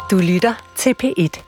Du lytter til P1.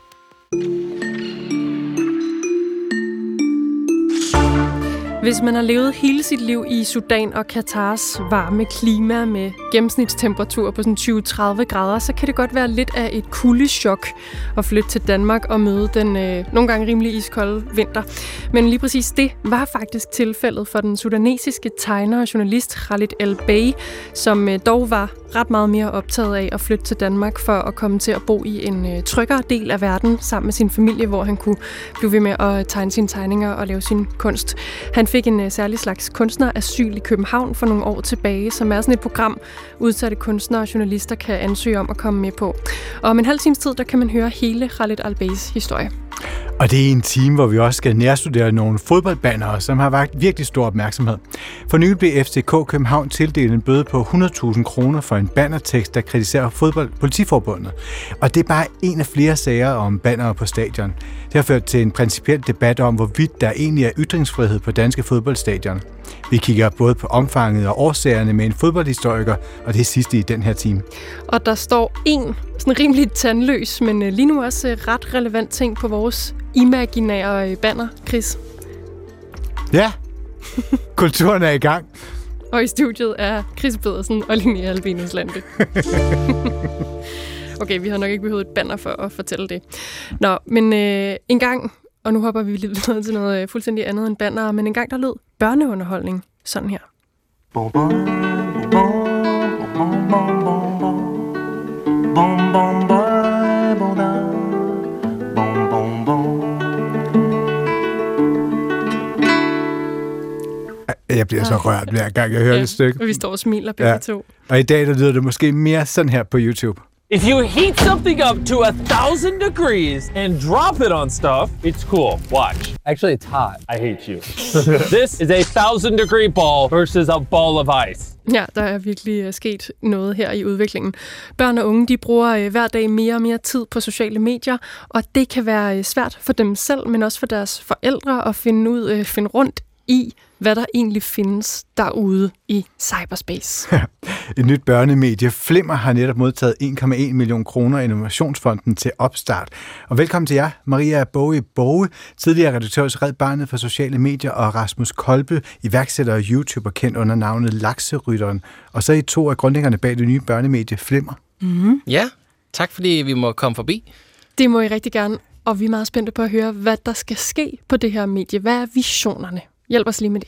Hvis man har levet hele sit liv i Sudan og Katars varme klima med gennemsnitstemperatur på sådan 20-30 grader, så kan det godt være lidt af et kuldechok at flytte til Danmark og møde den nogle gange rimelig iskolde vinter. Men lige præcis det var faktisk tilfældet for den sudanesiske tegner og journalist Khalid El-Bey, som dog var ret meget mere optaget af at flytte til Danmark for at komme til at bo i en tryggere del af verden sammen med sin familie, hvor han kunne blive ved med at tegne sine tegninger og lave sin kunst. Han fik en særlig slags kunstnerasyl i København for nogle år tilbage, som er sådan et program, udsatte kunstnere og journalister kan ansøge om at komme med på. Og om en halv times tid, der kan man høre hele Khalid El-Beys historie. Og det er en time, hvor vi også skal nærstudere nogle fodboldbannere, som har vakt virkelig stor opmærksomhed. For nylig blev FCK København tildelt en bøde på 100.000 kroner for en bannertekst, der kritiserer politiforbundet. Og det er bare en af flere sager om bannere på stadion. Det har ført til en principiel debat om, hvorvidt der egentlig er ytringsfrihed på danske fodboldstadion. Vi kigger både på omfanget og årsagerne med en fodboldhistoriker, og det er sidste i den her time. Og der står en sådan rimelig tandløs, men lige nu også ret relevant ting på vores imaginære banner, Chris. Ja, kulturen er i gang. Og i studiet er Chris Pedersen og Linnea Albinus Lande. Okay, vi har nok ikke behøvet et banner for at fortælle det. Nå, men en gang, og nu hopper vi lidt videre til noget fuldstændig andet end banner, men en gang der lød børneunderholdning sådan her. Jeg bliver så rørt hver gang, jeg hører det stykke. Og vi står og smiler begge to. Og i dag der lyder det måske mere sådan her på YouTube. If you heat something up to 1,000 degrees and drop it on stuff, it's cool. Watch. Actually, it's hot. I hate you. This is a 1,000-degree ball versus a ball of ice. Ja, der er virkelig sket noget her i udviklingen. Børn og unge, de bruger hver dag mere og mere tid på sociale medier, og det kan være svært for dem selv, men også for deres forældre at finde rundt i, hvad der egentlig findes derude i cyberspace. Et nyt børnemedie, Flimmer, har netop modtaget 1,1 million kroner i Innovationsfonden til opstart. Og velkommen til jer, Maria Boge, tidligere redaktør hos Red Barnet for sociale medier, og Rasmus Kolbe, iværksætter og YouTuber kendt under navnet Lakserytteren. Og så er I to af grundlæggerne bag det nye børnemedie, Flimmer. Mm-hmm. Ja, tak fordi vi må komme forbi. Det må I rigtig gerne, og vi er meget spændte på at høre, hvad der skal ske på det her medie. Hvad er visionerne? Hjælp os lige med det.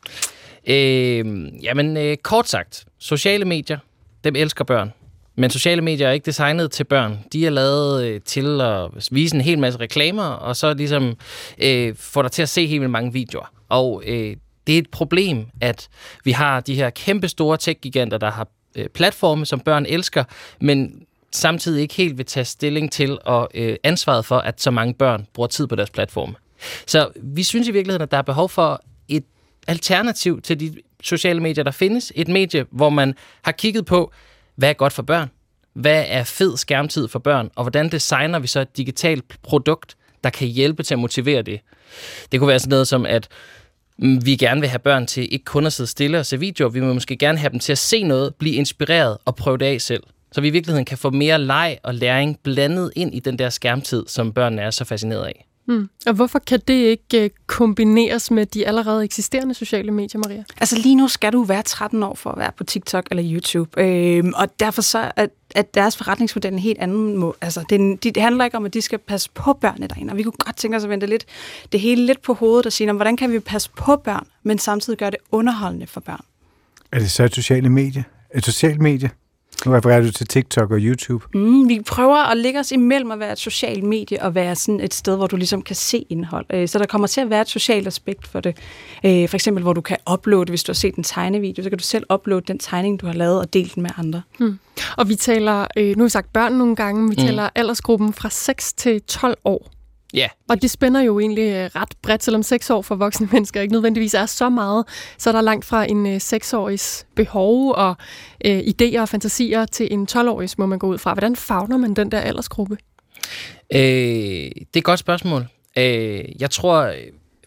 Kort sagt, sociale medier, dem elsker børn. Men sociale medier er ikke designet til børn. De er lavet til at vise en hel masse reklamer, og så ligesom få dig til at se helt vildt mange videoer. Og det er et problem, at vi har de her kæmpe store tech-giganter, der har platforme, som børn elsker, men samtidig ikke helt vil tage stilling til og ansvaret for, at så mange børn bruger tid på deres platforme. Så vi synes i virkeligheden, at der er behov for et alternativ til de sociale medier, der findes. Et medie, hvor man har kigget på, hvad er godt for børn? Hvad er fed skærmtid for børn? Og hvordan designer vi så et digitalt produkt, der kan hjælpe til at motivere det? Det kunne være sådan noget som, at vi gerne vil have børn til ikke kun at sidde stille og se videoer. Vi må måske gerne have dem til at se noget, blive inspireret og prøve det af selv. Så vi i virkeligheden kan få mere leg og læring blandet ind i den der skærmtid, som børnene er så fascineret af. Og hvorfor kan det ikke kombineres med de allerede eksisterende sociale medier, Maria? Altså lige nu skal du være 13 år for at være på TikTok eller YouTube, og derfor så at deres forretningsmodel er en helt anden. Altså det handler ikke om, at de skal passe på børnene derinde, og vi kunne godt tænke os at vente det hele lidt på hovedet og sige, hvordan kan vi passe på børn, men samtidig gøre det underholdende for børn? Er det så et socialt medie? Et socialt medie? Nu refererer du til TikTok og YouTube. Vi prøver at lægge os imellem at være et socialt medie og være sådan et sted, hvor du ligesom kan se indhold. Så der kommer til at være et socialt aspekt for det. For eksempel, hvor du kan uploade, hvis du har set en tegnevideo, så kan du selv uploade den tegning, du har lavet og dele den med andre. Og vi taler, nu har vi sagt børn nogle gange, vi taler aldersgruppen fra 6 til 12 år. Ja. Og det spænder jo egentlig ret bredt, selvom 6 år for voksne mennesker ikke nødvendigvis er så meget, så er der langt fra en 6-årigs behov og idéer og fantasier til en 12-årigs, må man gå ud fra. Hvordan favner man den der aldersgruppe? Det er et godt spørgsmål. Jeg tror,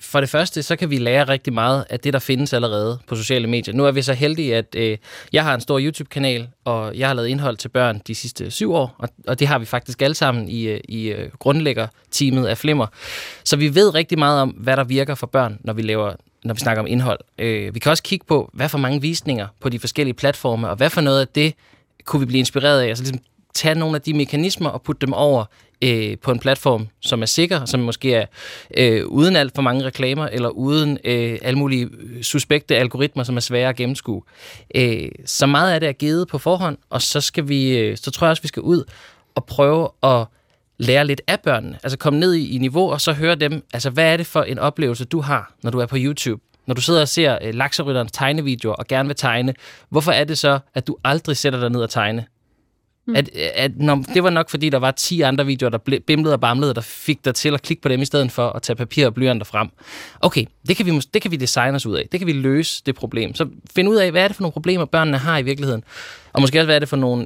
for det første, så kan vi lære rigtig meget af det, der findes allerede på sociale medier. Nu er vi så heldige, at jeg har en stor YouTube-kanal, og jeg har lavet indhold til børn de sidste 7 år, og det har vi faktisk alle sammen i grundlæggerteamet af Flimmer. Så vi ved rigtig meget om, hvad der virker for børn, når vi snakker om indhold. Vi kan også kigge på, hvad for mange visninger på de forskellige platforme, og hvad for noget af det kunne vi blive inspireret af. Altså ligesom tage nogle af de mekanismer og putte dem over på en platform, som er sikker, som måske er uden alt for mange reklamer, eller uden alle mulige suspekte algoritmer, som er svære at gennemskue. Så meget af det er givet på forhånd, og så tror jeg også, vi skal ud og prøve at lære lidt af børnene. Altså komme ned i niveau, og så høre dem, altså hvad er det for en oplevelse, du har, når du er på YouTube? Når du sidder og ser lakserytterens tegnevideoer og gerne vil tegne, hvorfor er det så, at du aldrig sætter dig ned og tegne? Det var nok, fordi der var 10 andre videoer, der bimlede og bamlede, der fik dig til at klikke på dem, i stedet for at tage papir og blyanter frem. Okay, det kan vi designe os ud af. Det kan vi løse, det problem. Så find ud af, hvad er det for nogle problemer, børnene har i virkeligheden. Og måske også, hvad er det for nogle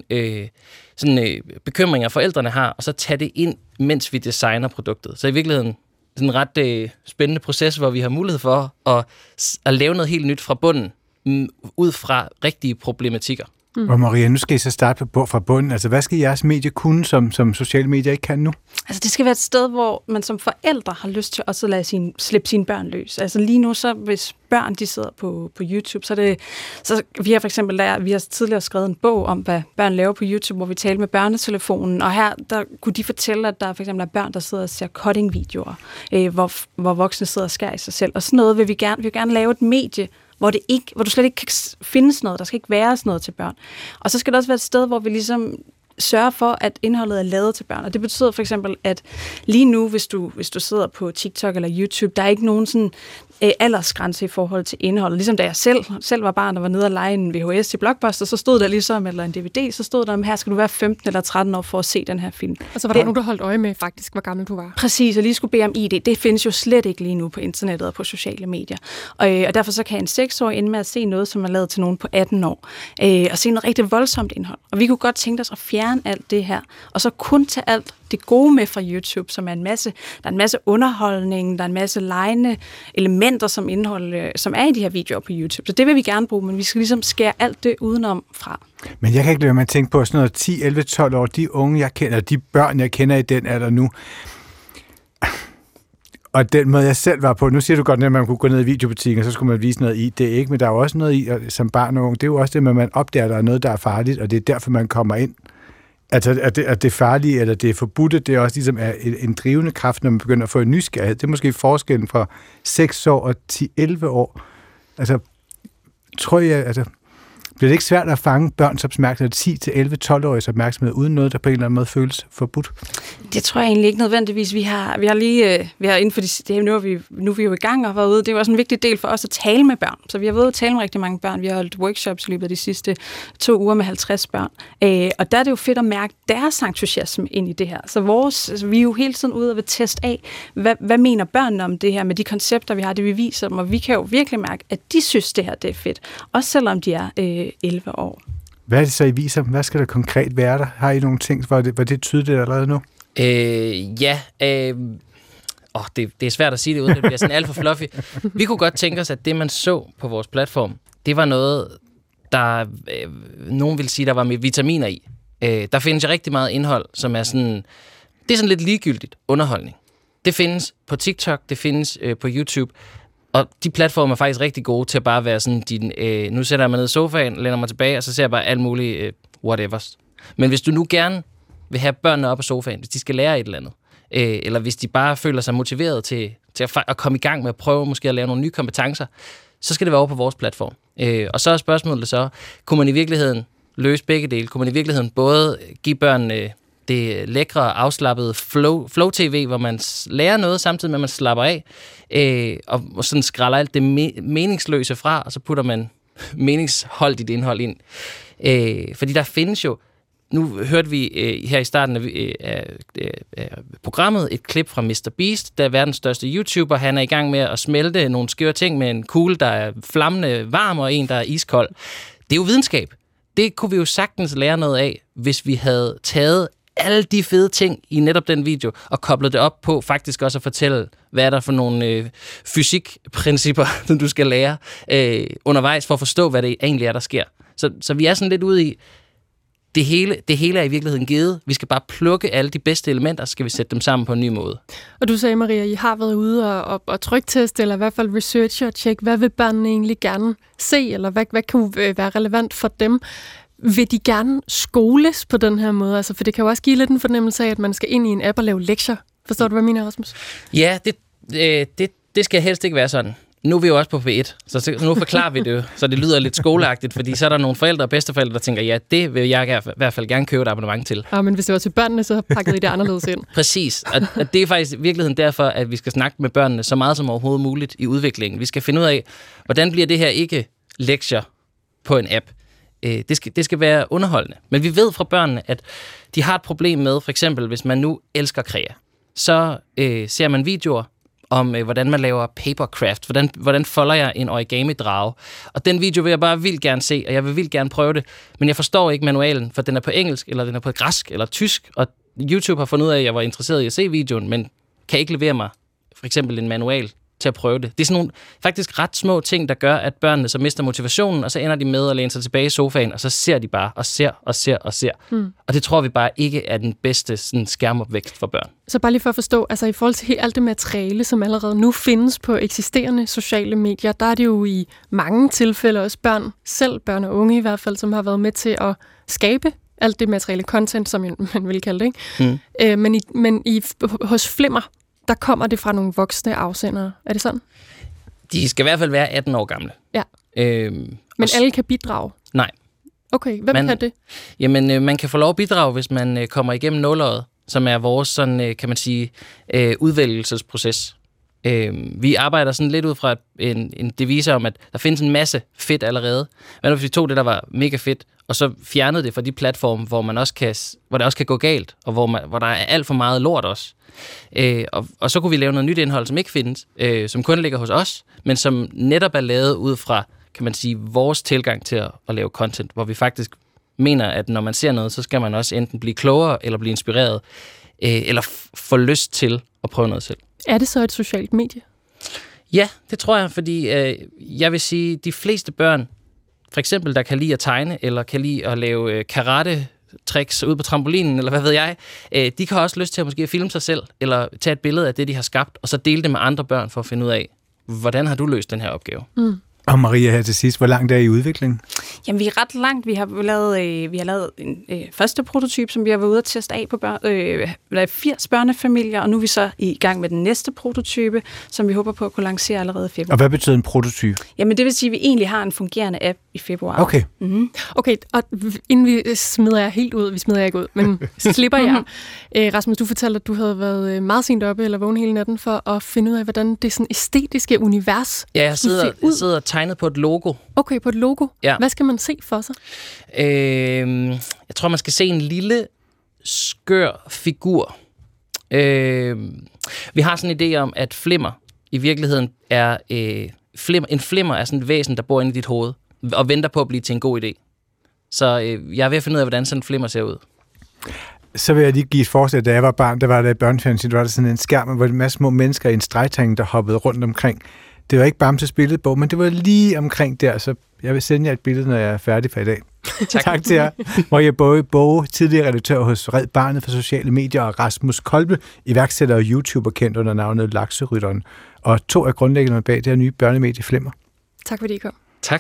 bekymringer, forældrene har, og så tage det ind, mens vi designer produktet. Så i virkeligheden sådan en ret spændende proces, hvor vi har mulighed for at lave noget helt nyt fra bunden, ud fra rigtige problematikker. Og Maria, nu skal I så starte fra bunden. Altså, hvad skal jeres medie kunne, som sociale medier ikke kan nu? Altså, det skal være et sted, hvor man som forældre har lyst til også at slippe sine børn løs. Altså lige nu, så hvis børn de sidder på YouTube, så vi har for eksempel vi har tidligere skrevet en bog om, hvad børn laver på YouTube, hvor vi taler med børnetelefonen, og her der kunne de fortælle, at der for eksempel er børn, der sidder og ser cutting-videoer, hvor voksne sidder og skærer i sig selv. Og sådan noget vil vi gerne lave et medie, hvor du slet ikke kan finde noget, der skal ikke være sådan noget til børn. Og så skal det også være et sted, hvor vi ligesom sørger for, at indholdet er lavet til børn. Og det betyder for eksempel, at lige nu, hvis du sidder på TikTok eller YouTube, der er ikke nogen sådan aldersgrænse i forhold til indholdet. Ligesom da jeg selv var barn og var nede og lege en VHS til Blockbuster, så stod der ligesom, eller en DVD, så stod der, her skal du være 15 eller 13 år for at se den her film. Og så var der nogen, der holdt øje med faktisk, hvor gammel du var. Præcis, og lige skulle bede om ID. Det findes jo slet ikke lige nu på internettet og på sociale medier. Og derfor så kan en 6-årig ende med at se noget, som er lavet til nogen på 18 år. Og se noget rigtig voldsomt indhold. Og vi kunne godt tænke os at fjerne alt det her, og så kun tage alt det gode med fra YouTube, som er der er en masse underholdning, der er en mamasse legende elementer, som er i de her videoer på YouTube. Så det vil vi gerne bruge, men vi skal ligesom skære alt det udenom fra. Men jeg kan ikke lade mig at tænke på sådan noget 10, 11, 12 år, de unge, jeg kender, de børn, jeg kender i den alder nu, og den måde, jeg selv var på, nu siger du godt, at man kunne gå ned i videobutikken, og så skulle man vise noget i, det ikke, men der er jo også noget i, som barn og unge, det er jo også det, at man opdager, at der er noget, der er farligt, og det er derfor, man kommer ind. Altså, at det farlige, eller det er forbudte, det er også ligesom en drivende kraft, når man begynder at få en nysgerrighed. Det er måske forskellen fra 6 år og 10-11 år. Altså, tror jeg, bliver det ikke svært at fange børns opmærksomhed, 10-11-12-åriges opmærksomhed, uden noget, der på en eller anden måde føles forbudt? Det tror jeg egentlig ikke nødvendigvis. Vi har inden for nu er vi jo i gang og har været ude. Det er jo også en vigtig del for os at tale med børn. Så vi har været ude og tale med rigtig mange børn. Vi har holdt workshops i løbet af de sidste 2 uger med 50 børn. Og der er det jo fedt at mærke deres entusiasme ind i det her. Så vi er jo hele tiden ude og vil teste af, hvad mener børnene om det her med de koncepter, vi har, det vi viser dem. Og vi kan jo virkelig mærke, at de synes, det her det er fedt. Også selvom de er 11 år. Hvad er det så, I viser? Hvad skal der konkret være der? Har I nogle ting? Var det tydeligt allerede nu? Det er svært at sige det, uden at det bliver sådan alt for fluffy. Vi kunne godt tænke os, at det, man så på vores platform, det var noget, der nogen vil sige, der var med vitaminer i. Der findes jo rigtig meget indhold, som er sådan, det er sådan lidt ligegyldigt underholdning. Det findes på TikTok, det findes på YouTube, og de platforme er faktisk rigtig gode til at bare være sådan, nu sætter jeg mig ned i sofaen, læner mig tilbage, og så ser jeg bare alt muligt whatevers. Men hvis du nu gerne vil have børnene op af sofaen, hvis de skal lære et eller andet, eller hvis de bare føler sig motiveret til at komme i gang med at prøve måske at lave nogle nye kompetencer, så skal det være over på vores platform. Og så er spørgsmålet så, kunne man i virkeligheden løse begge dele? Kunne man i virkeligheden både give børnene det lækre, afslappede flow-tv, hvor man lærer noget, samtidig med, at man slapper af, og sådan skræller alt det meningsløse fra, og så putter man meningsholdigt indhold ind. Fordi der findes jo, nu hørte vi her i starten af programmet et klip fra Mr. Beast, der er verdens største YouTuber. Han er i gang med at smelte nogle skøre ting med en kugle, der er flammende varm, og en, der er iskold. Det er jo videnskab. Det kunne vi jo sagtens lære noget af, hvis vi havde taget alle de fede ting i netop den video, og koblet det op på faktisk også at fortælle, hvad er der for nogle fysikprincipper, som du skal lære undervejs, for at forstå, hvad det egentlig er, der sker. Så vi er sådan lidt ude i, det hele er i virkeligheden givet. Vi skal bare plukke alle de bedste elementer, så skal vi sætte dem sammen på en ny måde. Og du sagde, Maria, I har været ude og trykteste, eller i hvert fald researche og tjekke, hvad vil børnene egentlig gerne se, eller hvad kan være relevant for dem? Vil de gerne skoles på den her måde? Altså, for det kan jo også give lidt en fornemmelse af, at man skal ind i en app og lave lektier. Forstår du, hvad jeg mener, Rasmus? Ja, det skal helst ikke være sådan. Nu er vi jo også på P1, så nu forklarer vi det jo, så det lyder lidt skoleagtigt, fordi så er der nogle forældre og bedsteforældre, der tænker, ja, det vil jeg i hvert fald gerne købe et abonnement til. Ja, men hvis det var til børnene, så pakkede I det anderledes ind. Præcis, og det er faktisk i virkeligheden derfor, at vi skal snakke med børnene så meget som overhovedet muligt i udviklingen. Vi skal finde ud af, hvordan bliver det her ikke lektier på en app. Det skal være underholdende. Men vi ved fra børnene, at de har et problem med, for eksempel, hvis man nu elsker krea, så ser man videoer om, hvordan man laver papercraft, hvordan folder jeg en origami-drage. Og den video vil jeg bare vildt gerne se, og jeg vil vildt gerne prøve det, men jeg forstår ikke manualen, for den er på engelsk, eller den er på græsk, eller tysk, og YouTube har fundet ud af, at jeg var interesseret i at se videoen, men kan ikke levere mig for eksempel en manual til at prøve det. Det er sådan nogle faktisk ret små ting, der gør, at børnene så mister motivationen, og så ender de med at læne sig tilbage i sofaen, og så ser de bare, og ser. Og det tror vi bare ikke er den bedste sådan, skærmopvækst for børn. Så bare lige for at forstå, altså i forhold til alt det materiale, som allerede nu findes på eksisterende sociale medier, der er det jo i mange tilfælde også børn og unge i hvert fald, som har været med til at skabe alt det materiale content, som man vil kalde det, ikke? Men hos Flimmer, der kommer det fra nogle voksne afsendere. Er det sådan? De skal i hvert fald være 18 år gamle. Ja. Men alle kan bidrage? Nej. Okay, hvem kan det? Jamen, man kan få lov at bidrage, hvis man kommer igennem nåleøjet, som er vores, sådan, kan man sige, udvælgelsesproces. Vi arbejder sådan lidt ud fra en devise om, at der findes en masse fedt allerede. Hvad nu, hvis vi tog det, der var mega fedt, og så fjernede det fra de platforme, hvor det også kan gå galt, og hvor der er alt for meget lort også. Og så kunne vi lave noget nyt indhold, som ikke findes, som kun ligger hos os, men som netop er lavet ud fra, kan man sige, vores tilgang til at lave content, hvor vi faktisk mener, at når man ser noget, så skal man også enten blive klogere, eller blive inspireret, eller få lyst til at prøve noget selv. Er det så et socialt medie? Ja, det tror jeg, fordi jeg vil sige, de fleste børn, for eksempel, der kan lide at tegne, eller kan lide at lave karate-tricks ude på trampolinen, eller hvad ved jeg, de kan også lyst til at måske filme sig selv, eller tage et billede af det, de har skabt, og så dele det med andre børn for at finde ud af, hvordan har du løst den her opgave? Og Maria her til sidst, hvor langt er I i udviklingen? Jamen, vi er ret langt. Vi har lavet en første prototype, som vi har været ude at teste af på 80 børnefamilier, og nu er vi så i gang med den næste prototype, som vi håber på at kunne lancere allerede i februar. Og hvad betyder en prototype? Jamen, det vil sige, at vi egentlig har en fungerende app i februar. Okay. Mm-hmm. Okay, og inden vi smider jer helt ud, vi smider jer ikke ud, men slipper jer. Rasmus, du fortalte, at du havde været meget sent oppe, eller vågen hele natten, for at finde ud af, hvordan det sådan æstetiske univers. Ja, jeg sidder tegnet på et logo. Okay, på et logo. Ja. Hvad skal man se for sig? Jeg tror, man skal se en lille, skør figur. Vi har sådan en idé om, at flimmer i virkeligheden er... En flimmer er sådan et væsen, der bor inde i dit hoved, og venter på at blive til en god idé. Så jeg er ved at finde ud af, hvordan sådan en flimmer ser ud. Så vil jeg lige give et forslag. Da jeg var barn, der var der i børnefjernsyn, der var der sådan en skærm, hvor en masse små mennesker i en stregtegning, der hoppede rundt omkring. Det var ikke Bamses billedbog, men det var lige omkring der, så jeg vil sende jer et billede, når jeg er færdig for i dag. Tak til jer. Maria Boge, tidligere redaktør hos Red Barnet for sociale medier, og Rasmus Kolbe, iværksætter og YouTuber kendt under navnet Lakserytteren, og 2 af grundlæggerne bag det her nye børnemedie Flimmer. Tak fordi I kom. Tak.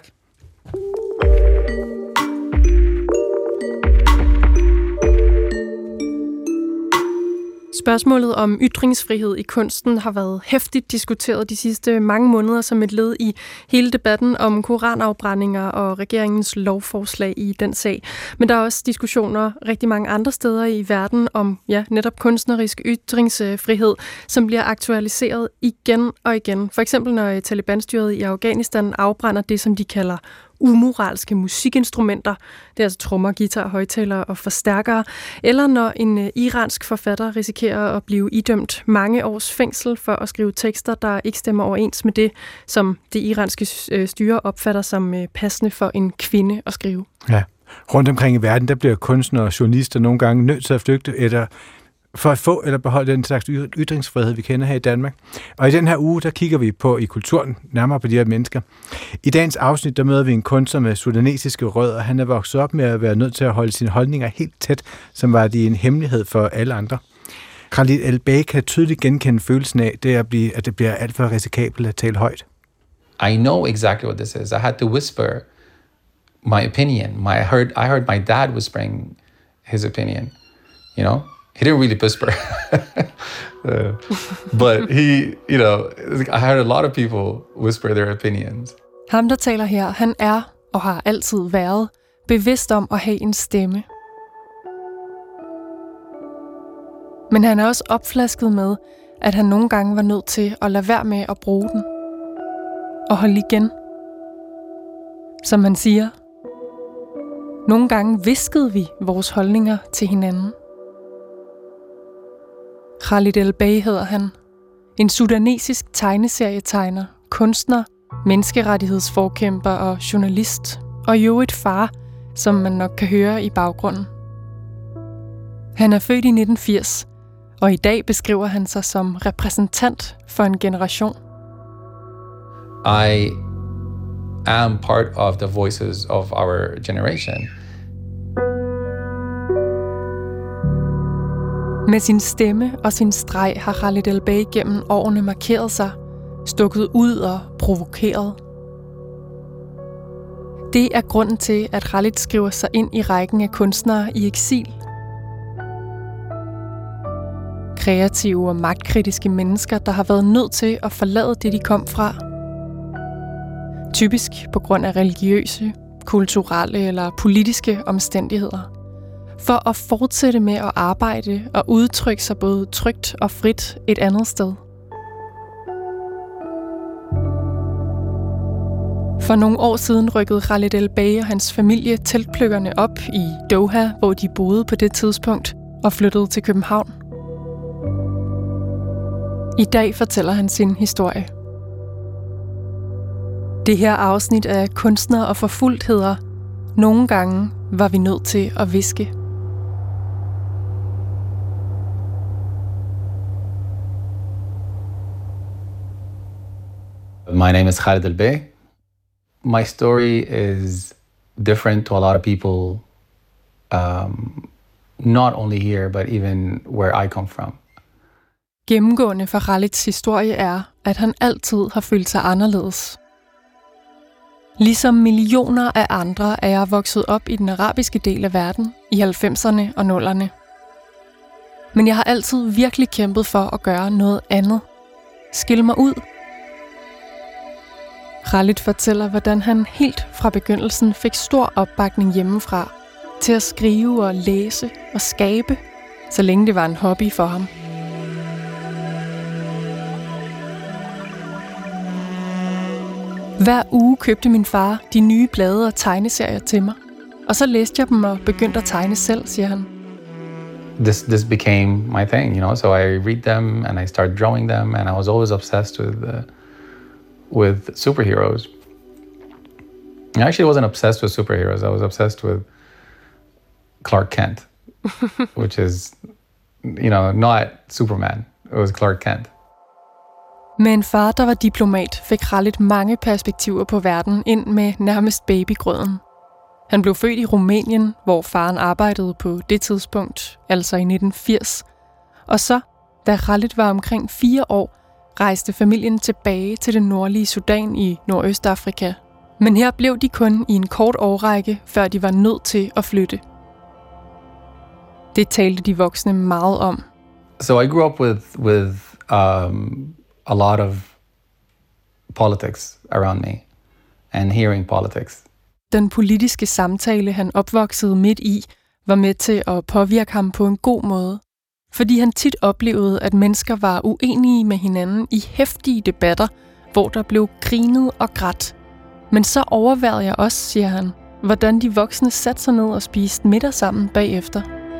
Spørgsmålet om ytringsfrihed i kunsten har været heftigt diskuteret de sidste mange måneder som et led i hele debatten om koranafbrændinger og regeringens lovforslag i den sag. Men der er også diskussioner rigtig mange andre steder i verden om netop kunstnerisk ytringsfrihed, som bliver aktualiseret igen og igen. For eksempel når Taliban-styret i Afghanistan afbrænder det, som de kalder umoralske musikinstrumenter, det er altså trommer, guitar, højtalere og forstærkere, eller når en iransk forfatter risikerer at blive idømt mange års fængsel for at skrive tekster, der ikke stemmer overens med det, som det iranske styre opfatter som passende for en kvinde at skrive. Ja, Rundt omkring i verden, der bliver kunstnere og journalister nogle gange nødt til at flygte, eller for at få eller beholde den slags ytringsfrihed, vi kender her i Danmark. Og i den her uge, der kigger vi på i kulturen, nærmere på de her mennesker. I dagens afsnit, der møder vi en kunstner med sudanesiske rødder. Han er vokset op med at være nødt til at holde sine holdninger helt tæt, som var det en hemmelighed for alle andre. Khalid El-Bey kan tydeligt genkende følelsen af, at det bliver alt for risikabelt at tale højt. I know exactly what this is. I had to whisper my opinion. I heard my dad whispering his opinion, you know? He didn't really whisper, but I heard a lot of people whisper their opinions. Ham, der taler her, han er og har altid været bevidst om at have en stemme. Men han er også opflasket med, at han nogle gange var nødt til at lade være med at bruge den. Og holde igen. Som han siger, nogle gange hviskede vi vores holdninger til hinanden. Khalid El-Bey hedder han. En sudanesisk tegneserietegner, kunstner, menneskerettighedsforkæmper og journalist. Og jo et far, som man nok kan høre i baggrunden. Han er født i 1980, og i dag beskriver han sig som repræsentant for en generation. I am part of the voices of our generation. Med sin stemme og sin streg har Khalid El-Bey gennem årene markeret sig, stukket ud og provokeret. Det er grunden til, at Khalid skriver sig ind i rækken af kunstnere i eksil. Kreative og magtkritiske mennesker, der har været nødt til at forlade det, de kom fra. Typisk på grund af religiøse, kulturelle eller politiske omstændigheder. For at fortsætte med at arbejde og udtrykke sig både trygt og frit et andet sted. For nogle år siden rykkede Khalid El-Bey og hans familie teltplukkerne op i Doha, hvor de boede på det tidspunkt, og flyttede til København. I dag fortæller han sin historie. Det her afsnit af Kunstner og forfulgt hedder Nogle gange var vi nødt til at hviske. My name is Khalid El-Bey. My story is different to a lot of people, not only here, but even where I come from. Gennemgående for Khalids historie er, at han altid har følt sig anderledes. Ligesom millioner af andre er jeg vokset op i den arabiske del af verden i 90'erne og 0'erne. Men jeg har altid virkelig kæmpet for at gøre noget andet. Skille mig ud. Khalid fortæller, hvordan han helt fra begyndelsen fik stor opbakning hjemmefra til at skrive og læse og skabe, så længe det var en hobby for ham. Hver uge købte min far de nye blade og tegneserier til mig, og så læste jeg dem og begyndte at tegne selv, siger han. This became my thing, you know. So I read them and I started drawing them, and I was always obsessed with superheroes. I actually wasn't obsessed with superheroes. I was obsessed with Clark Kent, which is, not Superman. It was Clark Kent. Med en far, der var diplomat, fik Khalid mange perspektiver på verden ind med nærmest babygrøden. Han blev født i Rumænien, hvor faren arbejdede på det tidspunkt, altså i 1980. Og så, da Khalid var omkring 4 år, rejste familien tilbage til det nordlige Sudan i Nordøstafrika. Men her blev de kun i en kort årrække, før de var nødt til at flytte. Det talte de voksne meget om. So I grew up with a lot of politics around me and hearing politics. Den politiske samtale, han opvoksede midt i, var med til at påvirke ham på en god måde. Fordi han tit oplevede, at mennesker var uenige med hinanden i heftige debatter, hvor der blev grinet og grædt. Men så overværede jeg også, siger han, hvordan de voksne satte sig ned og spiste middag sammen bagefter.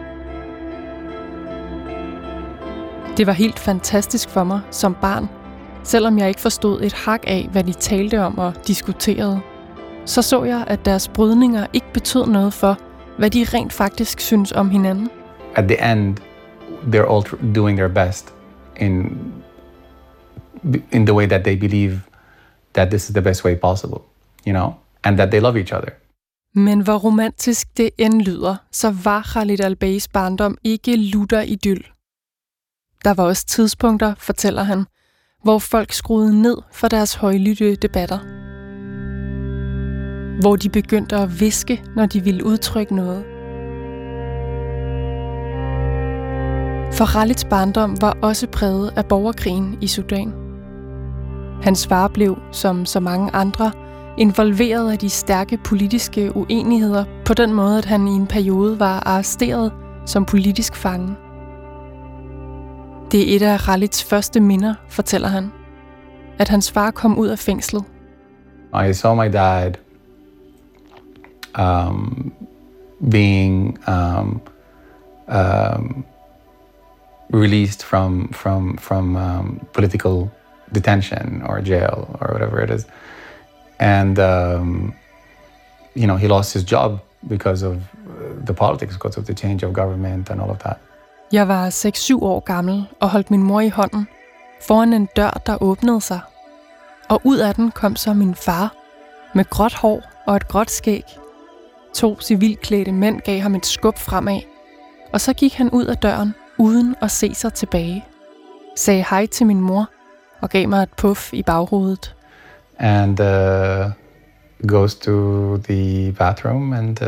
Det var helt fantastisk for mig som barn, selvom jeg ikke forstod et hak af, hvad de talte om og diskuterede. så jeg, at deres brydninger ikke betød noget for, hvad de rent faktisk synes om hinanden. At the end, they're all doing their best in the way that they believe that this is the best way possible, and that they love each other. Men hvor romantisk det end lyder, så var Khalid al-Beis barndom ikke lutter idyll. Der var også tidspunkter, fortæller han, hvor folk skruede ned for deres højlydte debatter. Hvor de begyndte at hviske, når de ville udtrykke noget. For Khalids barndom var også præget af borgerkrigen i Sudan. Hans far blev, som så mange andre, involveret af de stærke politiske uenigheder på den måde, at han i en periode var arresteret som politisk fange. Det er et af Khalids første minder, fortæller han, at hans far kom ud af fængslet. I saw my dad being released from political detention or jail or whatever it is. And, he lost his job because of the politics, because of the change of government and all of that. Jeg var 6-7 år gammel og holdt min mor i hånden foran en dør, der åbnede sig. Og ud af den kom så min far med gråt hår og et gråt skæg. 2 civilklædte mænd gav ham et skub fremad, og så gik han ud af døren uden at se sig tilbage. Sagde hej til min mor og gav mig et puff i baghovedet. And goes to the bathroom and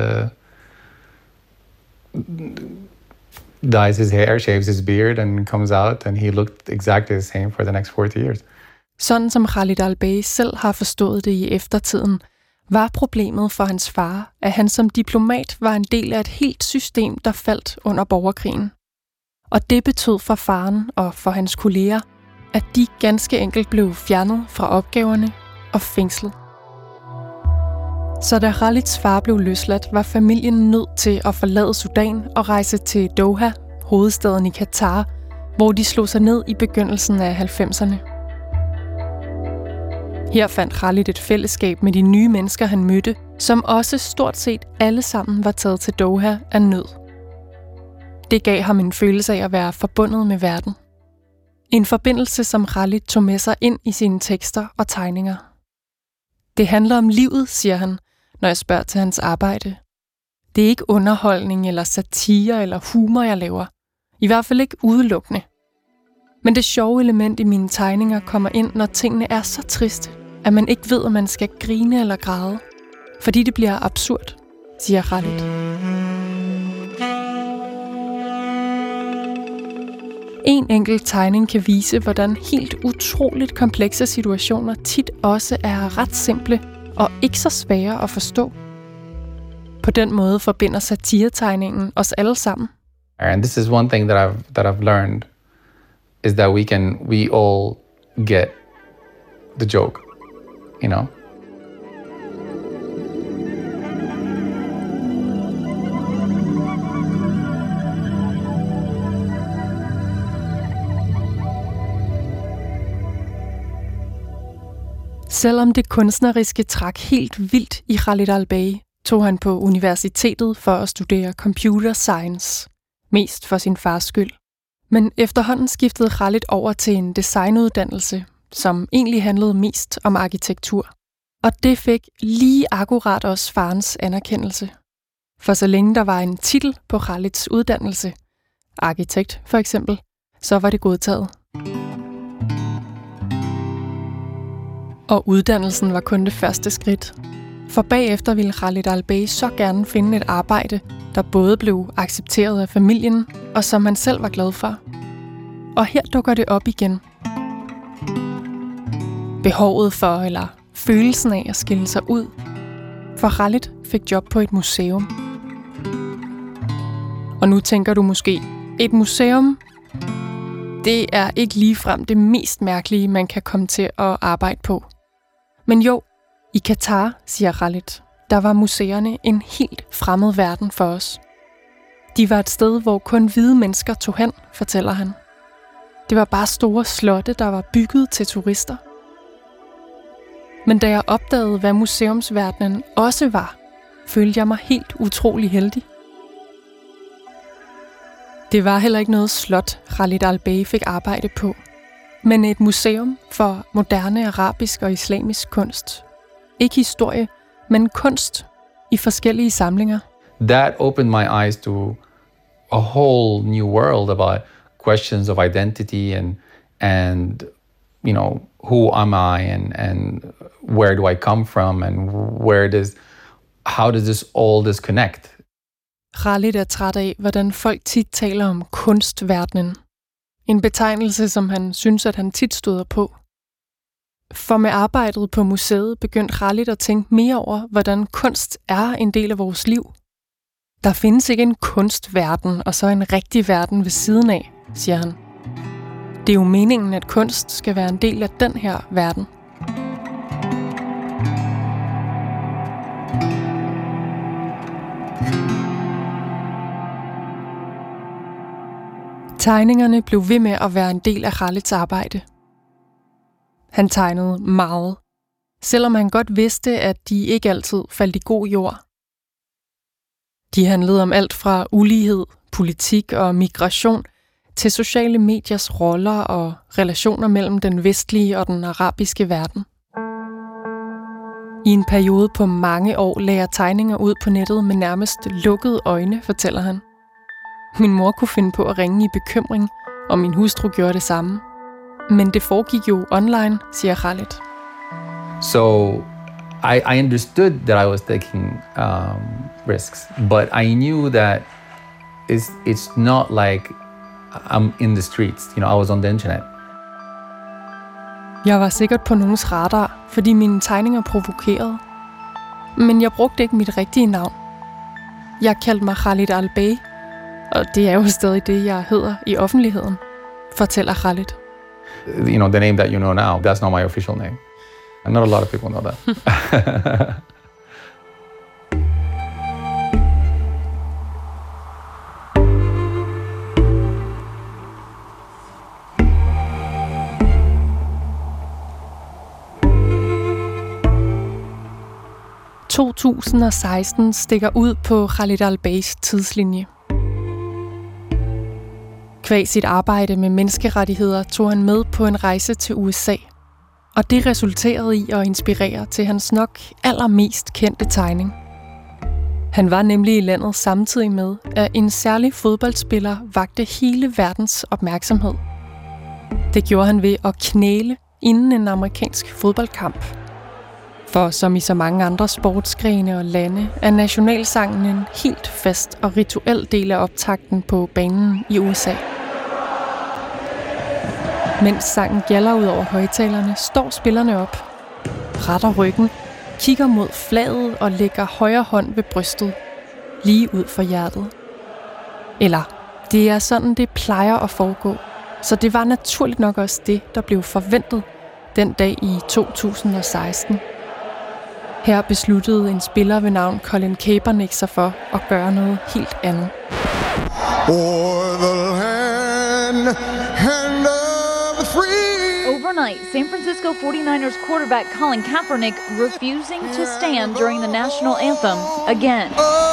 dyes his hair, shaves his beard and comes out, and he looked exactly the same for the next 40 years. Sådan som Khalid al-Beis selv har forstået det i eftertiden, var problemet for hans far, at han som diplomat var en del af et helt system, der faldt under borgerkrigen. Og det betød for faren og for hans kolleger, at de ganske enkelt blev fjernet fra opgaverne og fængslet. Så da Khalids far blev løsladt, var familien nødt til at forlade Sudan og rejse til Doha, hovedstaden i Katar, hvor de slog sig ned i begyndelsen af 90'erne. Her fandt Khalid et fællesskab med de nye mennesker, han mødte, som også stort set alle sammen var taget til Doha af nød. Det gav ham en følelse af at være forbundet med verden. En forbindelse, som Khalid tog med sig ind i sine tekster og tegninger. Det handler om livet, siger han, når jeg spørger til hans arbejde. Det er ikke underholdning eller satire eller humor, jeg laver. I hvert fald ikke udelukkende. Men det sjove element i mine tegninger kommer ind, når tingene er så triste, at man ikke ved, om man skal grine eller græde. Fordi det bliver absurd, siger Khalid. En enkelt tegning kan vise, hvordan helt utroligt komplekse situationer tit også er ret simple og ikke så svære at forstå. På den måde forbinder satiretegningen os alle sammen. And this is one thing that I've learned is that we all get the joke, Selvom det kunstneriske trak helt vildt i Khalid al-Beis, tog han på universitetet for at studere computer science, mest for sin fars skyld. Men efterhånden skiftede Khalid over til en designuddannelse, som egentlig handlede mest om arkitektur. Og det fik lige akkurat også farens anerkendelse. For så længe der var en titel på Khalids uddannelse, arkitekt for eksempel, så var det godtaget. Og uddannelsen var kun det første skridt. For bagefter ville Khalid al-Beis så gerne finde et arbejde, der både blev accepteret af familien, og som han selv var glad for. Og her dukker det op igen. Behovet for, eller følelsen af at skille sig ud. For Khalid fik job på et museum. Og nu tænker du måske, et museum, det er ikke ligefrem det mest mærkelige, man kan komme til at arbejde på. Men jo, i Katar, siger Khalid, der var museerne en helt fremmed verden for os. De var et sted, hvor kun hvide mennesker tog hen, fortæller han. Det var bare store slotte, der var bygget til turister. Men da jeg opdagede, hvad museumsverdenen også var, følte jeg mig helt utrolig heldig. Det var heller ikke noget slot, Khalid Al-Bey fik arbejde på, men et museum for moderne arabisk og islamisk kunst. Ikke historie, men kunst i forskellige samlinger. That opened my eyes to a whole new world about questions of identity and you know, who am I and where do I come from and how does this connect? Khalid er træt af, hvordan folk tit taler om kunstverdenen. En betegnelse, som han synes, at han tit støder på. For med arbejdet på museet begyndte Khalid at tænke mere over, hvordan kunst er en del af vores liv. Der findes ikke en kunstverden og så en rigtig verden ved siden af, siger han. Det er jo meningen, at kunst skal være en del af den her verden. Tegningerne blev ved med at være en del af Khalids arbejde. Han tegnede meget, selvom han godt vidste, at de ikke altid faldt i god jord. De handlede om alt fra ulighed, politik og migration til sociale mediers roller og relationer mellem den vestlige og den arabiske verden. I en periode på mange år lagde jeg tegninger ud på nettet med nærmest lukkede øjne, fortæller han. Min mor kunne finde på at ringe i bekymring, og min hustru gjorde det samme. Men det foregik jo online, siger Khalid. So I understood that I was taking risks, but I knew that it's not like I'm in the streets. You know, I was on the internet. Jeg var sikkert på nogens radar, fordi mine tegninger provokerede. Men jeg brugte ikke mit rigtige navn. Jeg kaldte mig Khalid Al-Bey, og det er jo stadig det, jeg hedder i offentligheden, fortæller Khalid. You know, the name that you know now, that's not my official name. And not a lot of people know that. – 2016 stikker ud på Khalid Al-Beys tidslinje. Kvæg sit arbejde med menneskerettigheder tog han med på en rejse til USA, og det resulterede i at inspirere til hans nok allermest kendte tegning. Han var nemlig i landet samtidig med, at en særlig fodboldspiller vakte hele verdens opmærksomhed. Det gjorde han ved at knæle inden en amerikansk fodboldkamp. For som i så mange andre sportsgrene og lande, er nationalsangen en helt fast og rituel del af optakten på banen i USA. Mens sangen gjalder ud over højtalerne, står spillerne op, retter ryggen, kigger mod flaget og lægger højre hånd ved brystet, lige ud for hjertet. Eller, det er sådan, det plejer at foregå, så det var naturligt nok også det, der blev forventet den dag i 2016. Her besluttede en spiller ved navn Colin Kaepernick sig for at gøre noget helt andet. Overnight, San Francisco 49ers quarterback Colin Kaepernick refusing to stand during the national anthem again.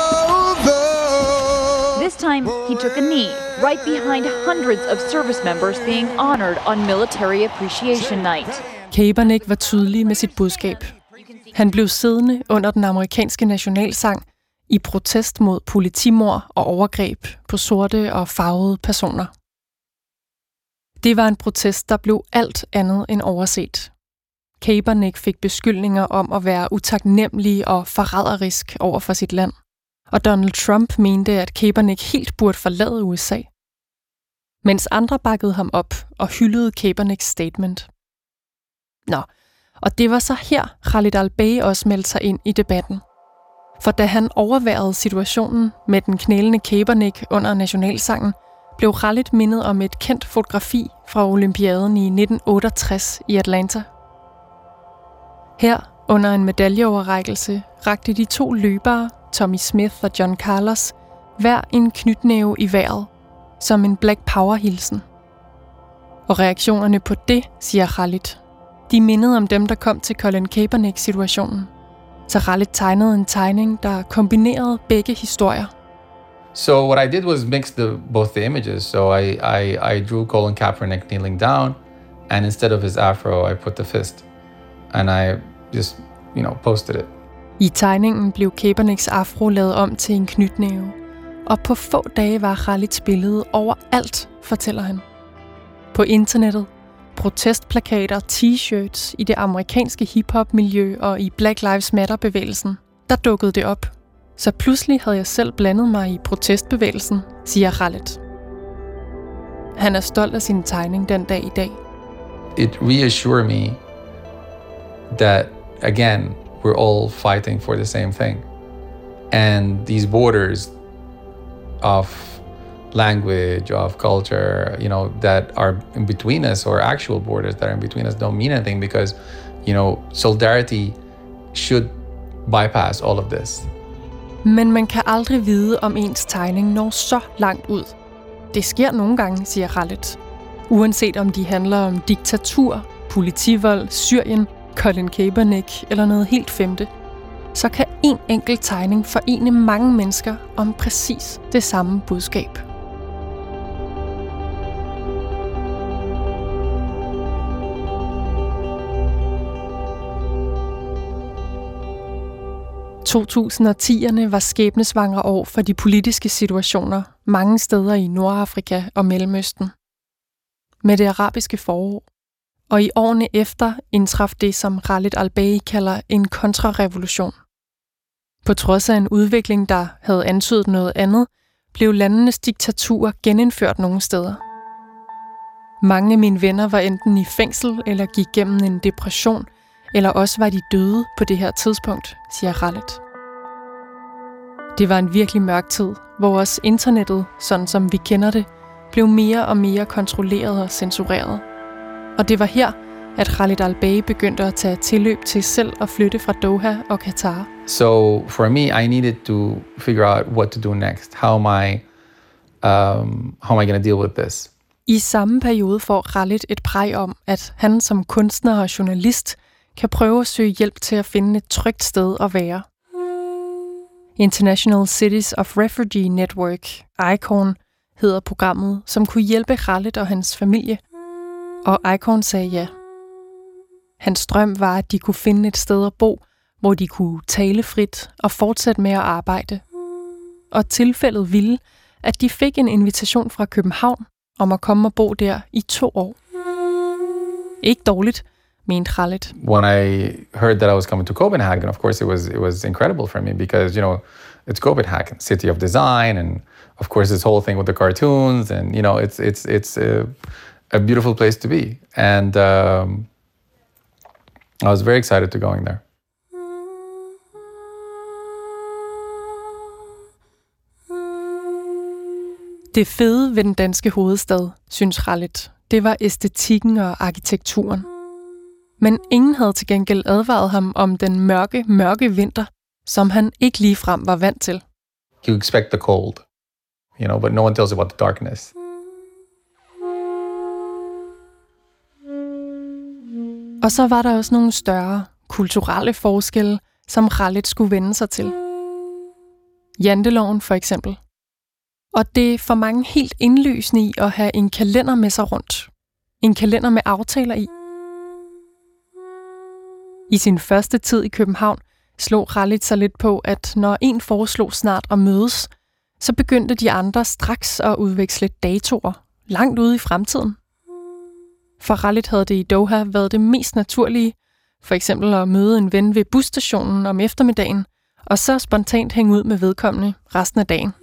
This time, he took a knee right behind hundreds of service members being honored on Military Appreciation Night. Kaepernick var tydelig med sit budskab. Han blev siddende under den amerikanske nationalsang i protest mod politimord og overgreb på sorte og farvede personer. Det var en protest, der blev alt andet end overset. Kaepernick fik beskyldninger om at være utaknemmelig og forræderisk over for sit land. Og Donald Trump mente, at Kaepernick helt burde forlade USA. Mens andre bakkede ham op og hyldede Kaepernicks statement. Nå, og det var så her, Khalid Al-Bey også meldte sig ind i debatten. For da han overværede situationen med den knælende Kaepernick under nationalsangen, blev Khalid mindet om et kendt fotografi fra Olympiaden i 1968 i Atlanta. Her, under en medaljeoverrækkelse, rakte de to løbere, Tommy Smith og John Carlos, hver en knytnæve i vejret, som en Black Power-hilsen. Og reaktionerne på det, siger Khalid, De mindede om dem, der kom til Colin Kaepernick-situationen. Så Khaled tegnede en tegning, der kombinerede begge historier. So what I did was mix both the images. So I drew Colin Kaepernick kneeling down, and instead of his afro, I put the fist. And I just, posted it. I tegningen blev Kaepernicks afro lavet om til en knytnæve. Og på få dage var Khaleds billede overalt, fortæller han. På internettet, protestplakater, t-shirts i det amerikanske hip-hop-miljø og i Black Lives Matter-bevægelsen, der dukkede det op. Så pludselig havde jeg selv blandet mig i protestbevægelsen, siger Khaled. Han er stolt af sin tegning den dag i dag. It reassured me that, again, we're all fighting for the same thing. And these borders of language, of culture, that are in between us, or actual borders that are in between us, don't mean anything because, solidarity should bypass all of this. Men man kan aldrig vide, om ens tegning når så langt ud. Det sker nogle gange, siger Khaled. Uanset om de handler om diktatur, politivold, Syrien, Colin Kaepernick eller noget helt femte, så kan en enkelt tegning forene mange mennesker om præcis det samme budskab. – 2010'erne var skæbnesvangre år for de politiske situationer mange steder i Nordafrika og Mellemøsten. Med det arabiske forår, og i årene efter indtraf det, som Khaled Al-Bayi kalder en kontrarevolution. På trods af en udvikling, der havde antydet noget andet, blev landenes diktaturer genindført nogle steder. Mange af mine venner var enten i fængsel eller gik gennem en depression, eller også var de døde på det her tidspunkt, siger Khaled. Det var en virkelig mørk tid, hvor også internettet, sådan som vi kender det, blev mere og mere kontrolleret og censureret. Og det var her, at Khaled Al-Bayi begyndte at tage tilløb til selv at flytte fra Doha og Qatar. So for me, I needed to figure out what to do next. How am I going to deal with this? I samme periode får Khaled et præg om, at han som kunstner og journalist kan prøve at søge hjælp til at finde et trygt sted at være. International Cities of Refugee Network, ICON, hedder programmet, som kunne hjælpe Khaled og hans familie. Og ICON sagde ja. Hans drøm var, at de kunne finde et sted at bo, hvor de kunne tale frit og fortsætte med at arbejde. Og tilfældet ville, at de fik en invitation fra København om at komme og bo der i 2 år. Ikke dårligt, mente Khaled. When I heard that I was coming to Copenhagen, of course it was incredible for me because, it's Copenhagen, city of design, and of course this whole thing with the cartoons, and it's a beautiful place to be. And I was very excited to going there. Det fede ved den danske hovedstad, synes Khaled, det var æstetikken og arkitekturen. Men ingen havde til gengæld advaret ham om den mørke vinter, som han ikke ligefrem var vant til. You expect the cold, but no one tells you about the darkness. Og så var der også nogle større kulturelle forskelle, som Khaled skulle vende sig til. Janteloven for eksempel. Og det er for mange helt indlysende i at have en kalender med sig rundt. En kalender med aftaler i. I sin første tid i København slog Khaled sig lidt på, at når en foreslog snart at mødes, så begyndte de andre straks at udveksle datoer langt ude i fremtiden. For Khaled havde det i Doha været det mest naturlige, for eksempel at møde en ven ved busstationen om eftermiddagen, og så spontant hænge ud med vedkommende resten af dagen.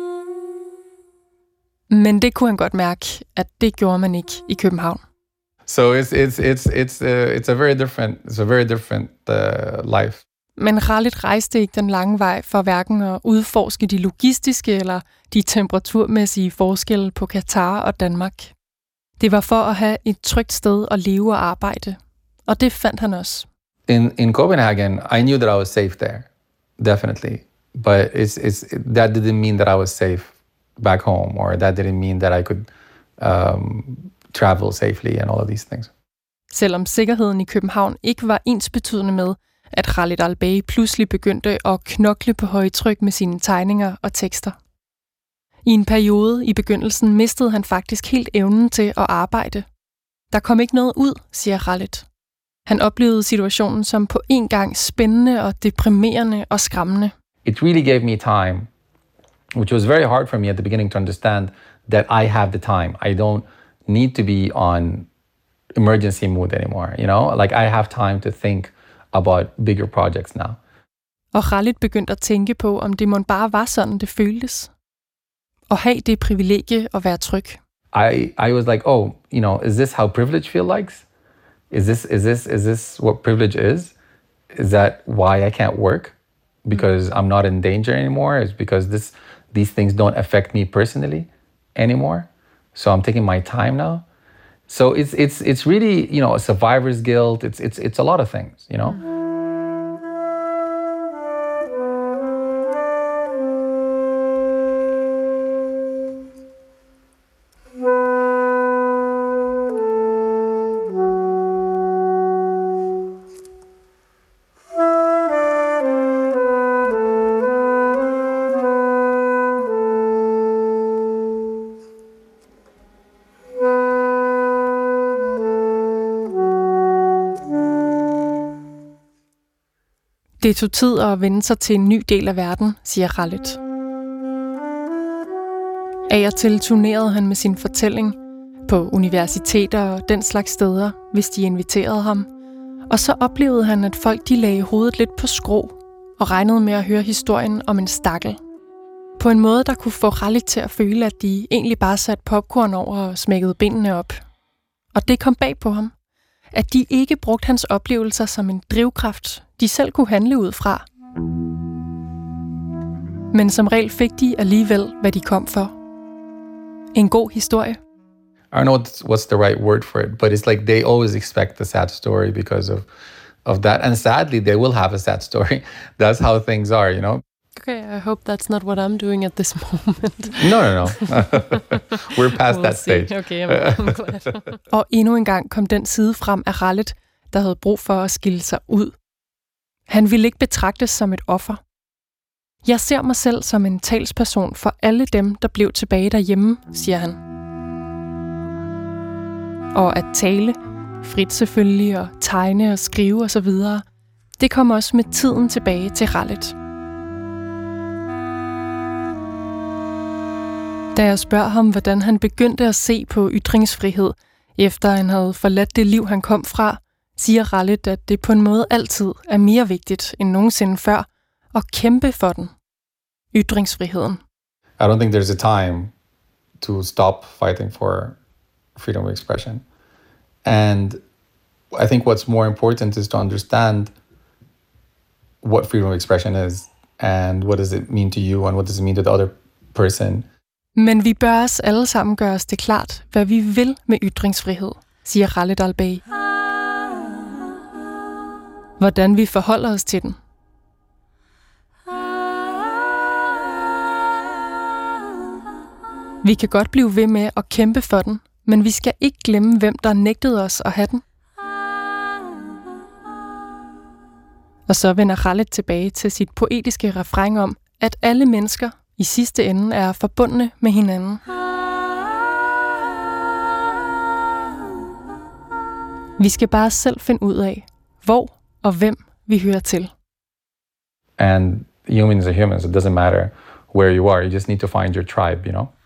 Men det kunne han godt mærke, at det gjorde man ikke i København. So it's a very different life. Men Khaled rejste ikke den lange vej for hverken at udforske de logistiske eller de temperaturmæssige forskelle på Qatar og Danmark. Det var for at have et trygt sted at leve og arbejde, og det fandt han også. In Copenhagen, I knew that I was safe there, definitely. But that didn't mean that I was safe back home, or that didn't mean that I could travel safely and all of these things. selvom sikkerheden i København ikke var ensbetydende med, at Khaled Al-Bey pludselig begyndte at knokle på højtryk med sine tegninger og tekster. I en periode i begyndelsen mistede han faktisk helt evnen til at arbejde. Der kom ikke noget ud, siger Khaled. Han oplevede situationen som på en gang spændende og deprimerende og skræmmende. It really gave me time, which was very hard for me at the beginning to understand that I have the time. I don't need to be on emergency mode anymore, you know? Like I have time to think about bigger projects now. Og Khaled begyndte at tænke på, om det måtte bare var sådan, det føltes. Og have det privilegie at være tryg. I was like, oh, you know, is this how privilege feels like? Is this what privilege is? Is that why I can't work? Because I'm not in danger anymore? Is because these things don't affect me personally anymore? So I'm taking my time now. So it's really, you know, a survivor's guilt. It's a lot of things, you know. Det tog tid at vende sig til en ny del af verden, siger Khaled. Af og til turnerede han med sin fortælling på universiteter og den slags steder, hvis de inviterede ham. Og så oplevede han, at folk de lagde hovedet lidt på skrå og regnede med at høre historien om en stakkel. På en måde, der kunne få Khaled til at føle, at de egentlig bare satte popcorn over og smækkede benene op. Og det kom bag på ham. At de ikke brugte hans oplevelser som en drivkraft, de selv kunne handle ud fra. Men som regel fik de alligevel, hvad de kom for. En god historie. I don't know what's the right word for it, but it's like they always expect the sad story because of that. And sadly, they will have a sad story. That's how things are, you know? Okay, I hope that's not what I'm doing at this moment. No. We're past that stage. Okay, I'm glad. Og endnu en gang kom den side frem af Khaled, der havde brug for at skille sig ud. Han ville ikke betragtes som et offer. Jeg ser mig selv som en talsperson for alle dem, der blev tilbage derhjemme, siger han. Og at tale, frit selvfølgelig, og tegne og skrive osv., det kom også med tiden tilbage til Khaled. Da jeg spørger ham, hvordan han begyndte at se på ytringsfrihed, efter han havde forladt det liv, han kom fra, siger Khaled, at det på en måde altid er mere vigtigt end nogensinde før at kæmpe for den. Ytringsfriheden. I don't think there's a time to stop fighting for freedom of expression. And I think what's more important is to understand what freedom of expression is, and what does it mean to you, and what does it mean to the other person. Men vi bør os alle sammen gøre os det klart, hvad vi vil med ytringsfrihed, siger Khaled Al-Bey. Hvordan vi forholder os til den. Vi kan godt blive ved med at kæmpe for den, men vi skal ikke glemme, hvem der nægtede os at have den. Og så vender Khaled tilbage til sit poetiske refræn om, at alle mennesker i sidste ende er forbundne med hinanden. Vi skal bare selv finde ud af, hvor og hvem vi hører til. And humans are humans. It doesn't matter where you are. You just need to find your tribe, you know?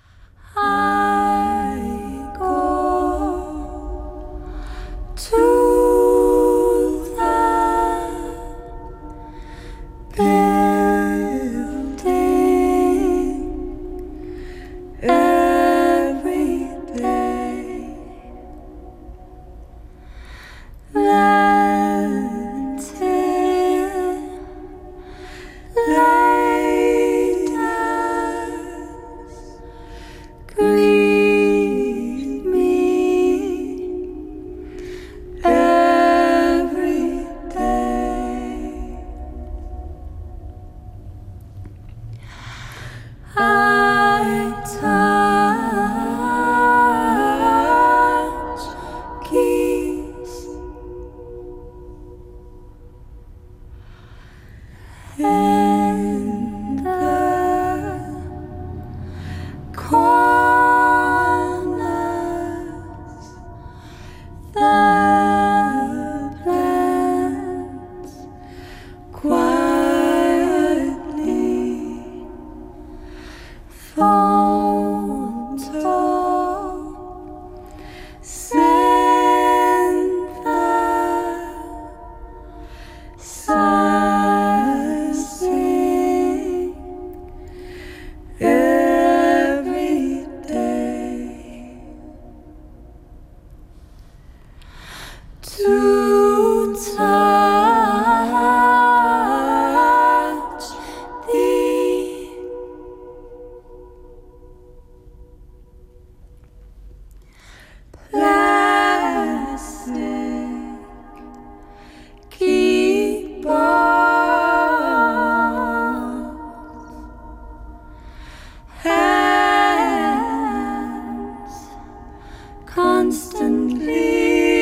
constantly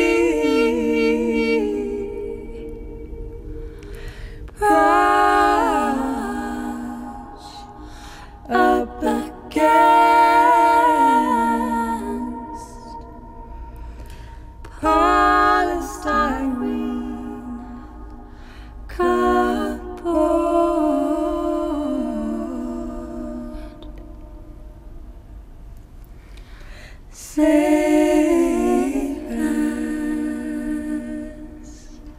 brush up against polystyrene cardboard. Save us.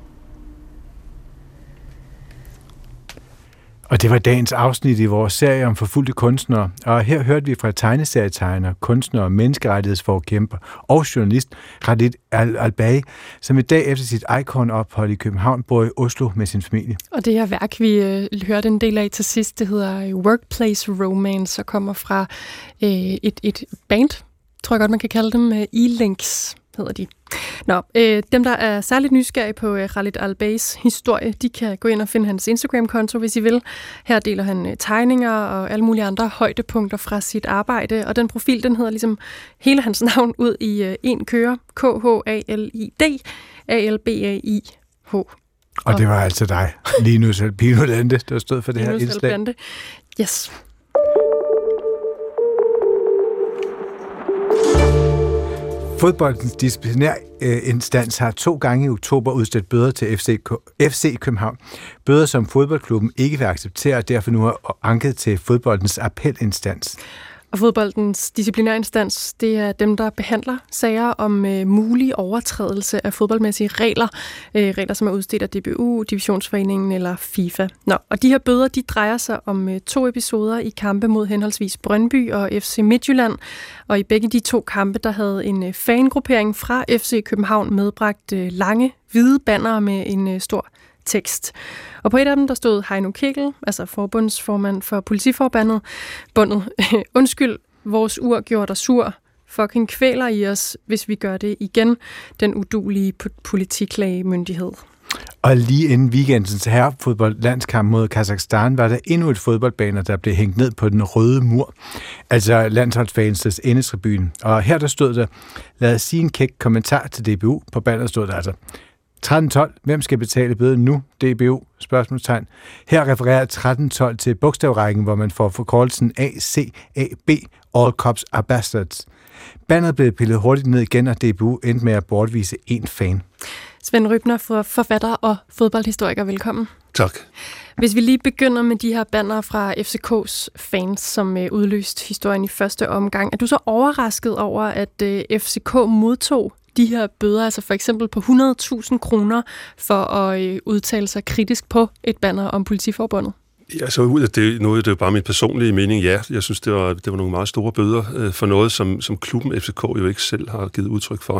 Og det var dagens afsnit i vores serie om forfulgte kunstnere. Og her hørte vi fra tegneserietegner, kunstner, menneskerettighedsforkæmper og journalist Khalid Al-Albaih, som i dag efter sit Icon-ophold i København bor i Oslo med sin familie. Og det her værk, vi hørte en del af til sidst, det hedder Workplace Romance, og kommer fra et band, tror jeg godt, man kan kalde dem, E-Links hedder de. Nå, dem, der er særligt nysgerrige på Khalid Al-Albaihs historie, de kan gå ind og finde hans Instagram-konto, hvis I vil. Her deler han tegninger og alle mulige andre højdepunkter fra sit arbejde, og den profil, den hedder ligesom hele hans navn ud i en køre, Khalid Albaih. Og det var altså dig, Linus Albino Lande, der stod for det her indslag. Yes. Fodboldens disciplinærinstans har 2 gange i oktober udstedt bøder til FC København. Bøder, som fodboldklubben ikke vil acceptere, og derfor nu har anket til fodboldens appelinstans. Og fodboldens disciplinærinstans, det er dem, der behandler sager om mulig overtrædelse af fodboldmæssige regler. Regler, som er udstedt af DBU, Divisionsforeningen eller FIFA. Nå, og de her bøder, de drejer sig om 2 episoder i kampe mod henholdsvis Brøndby og FC Midtjylland. Og i begge de 2 kampe, der havde en fangruppering fra FC København medbragt lange, hvide bannere med en stor tekst. Og på et af dem, der stod Heino Kegel, altså forbundsformand for Politiforbundet, undskyld, vores ur gjorde dig sur, fucking kvæler i os, hvis vi gør det igen, den uduelige politiklagemyndighed. Og lige inden weekendens herrefodboldlandskamp mod Kazakhstan, var der endnu et fodboldbaner, der blev hængt ned på den røde mur, altså landsholdsfansens endetribune. Og her der stod der, lad os sige en kæk kommentar til DBU. På banneret stod der altså, 13-12. Hvem skal betale bøden nu? DBU? Spørgsmålstegn. Her refererer 13-12 til bogstavrækken, hvor man får forkortelsen ACAB, All Cops Are Bastards. Bandet blev pillet hurtigt ned igen, og DBU endte med at bortvise 1 fan. Svend Rybner, forfatter og fodboldhistoriker, velkommen. Tak. Hvis vi lige begynder med de her banner fra FCK's fans, som udløste historien i første omgang, er du så overrasket over, at FCK modtog de her bøder, altså for eksempel på 100.000 kroner for at udtale sig kritisk på et banner om Politiforbundet? Ja, så ud af det, nu er det jo bare min personlige mening, ja. Jeg synes, det var nogle meget store bøder for noget, som klubben FCK jo ikke selv har givet udtryk for.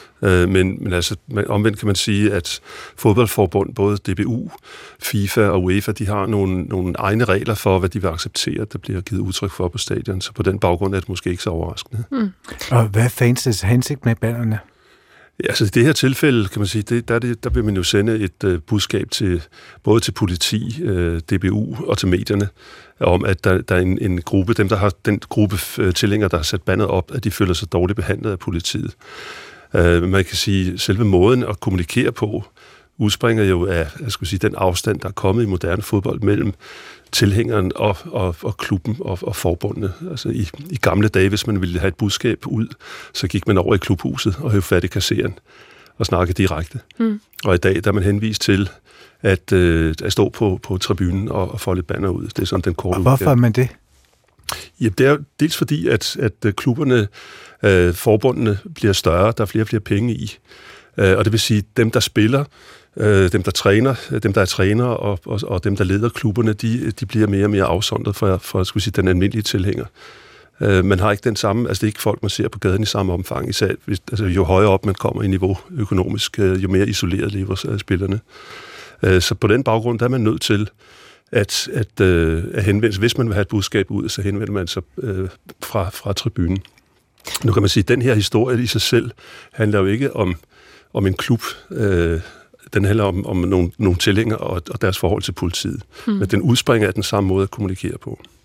Men altså, omvendt kan man sige, at fodboldforbund, både DBU, FIFA og UEFA, de har nogle egne regler for, hvad de vil acceptere, der bliver givet udtryk for på stadion. Så på den baggrund er det måske ikke så overraskende. Og hvad er fans' hensigt med bannerne? Altså i det her tilfælde, kan man sige, der vil man jo sende et budskab til både til politi, DBU og til medierne, om at der er en gruppe, dem der har den gruppe tilhængere, der har sat bandet op, at de føler sig dårligt behandlet af politiet. Man kan sige, selve måden at kommunikere på udspringer jo af, den afstand, der er kommet i moderne fodbold mellem tilhængeren og klubben og forbundene. Altså i gamle dage, hvis man ville have et budskab ud, så gik man over i klubhuset og hævde fat i kasseren og snakkede direkte. Og i dag, der er man henvist til at stå på tribunen og folde et banner ud. Det er sådan den korte udgave. Hvorfor er man det? Ja, det er dels fordi, at klubberne, forbundene bliver større, der er flere og flere penge i. Og det vil sige, dem der spiller, dem der træner, dem der er trænere og dem der leder klubberne, de bliver mere og mere afsondret for den almindelige tilhænger. Man har ikke den samme, altså det er ikke folk, man ser på gaden i samme omfang. Især, jo højere op man kommer i niveau økonomisk, jo mere isoleret lever spillerne. Så på den baggrund, der er man nødt til at henvende sig. Hvis man vil have et budskab ud, så henvender man sig fra tribunen. Nu kan man sige, at den her historie i sig selv handler jo ikke om en klub. Den handler om nogle tilhængere og deres forhold til politiet. Men den udspringer af den samme måde at kommunikere på.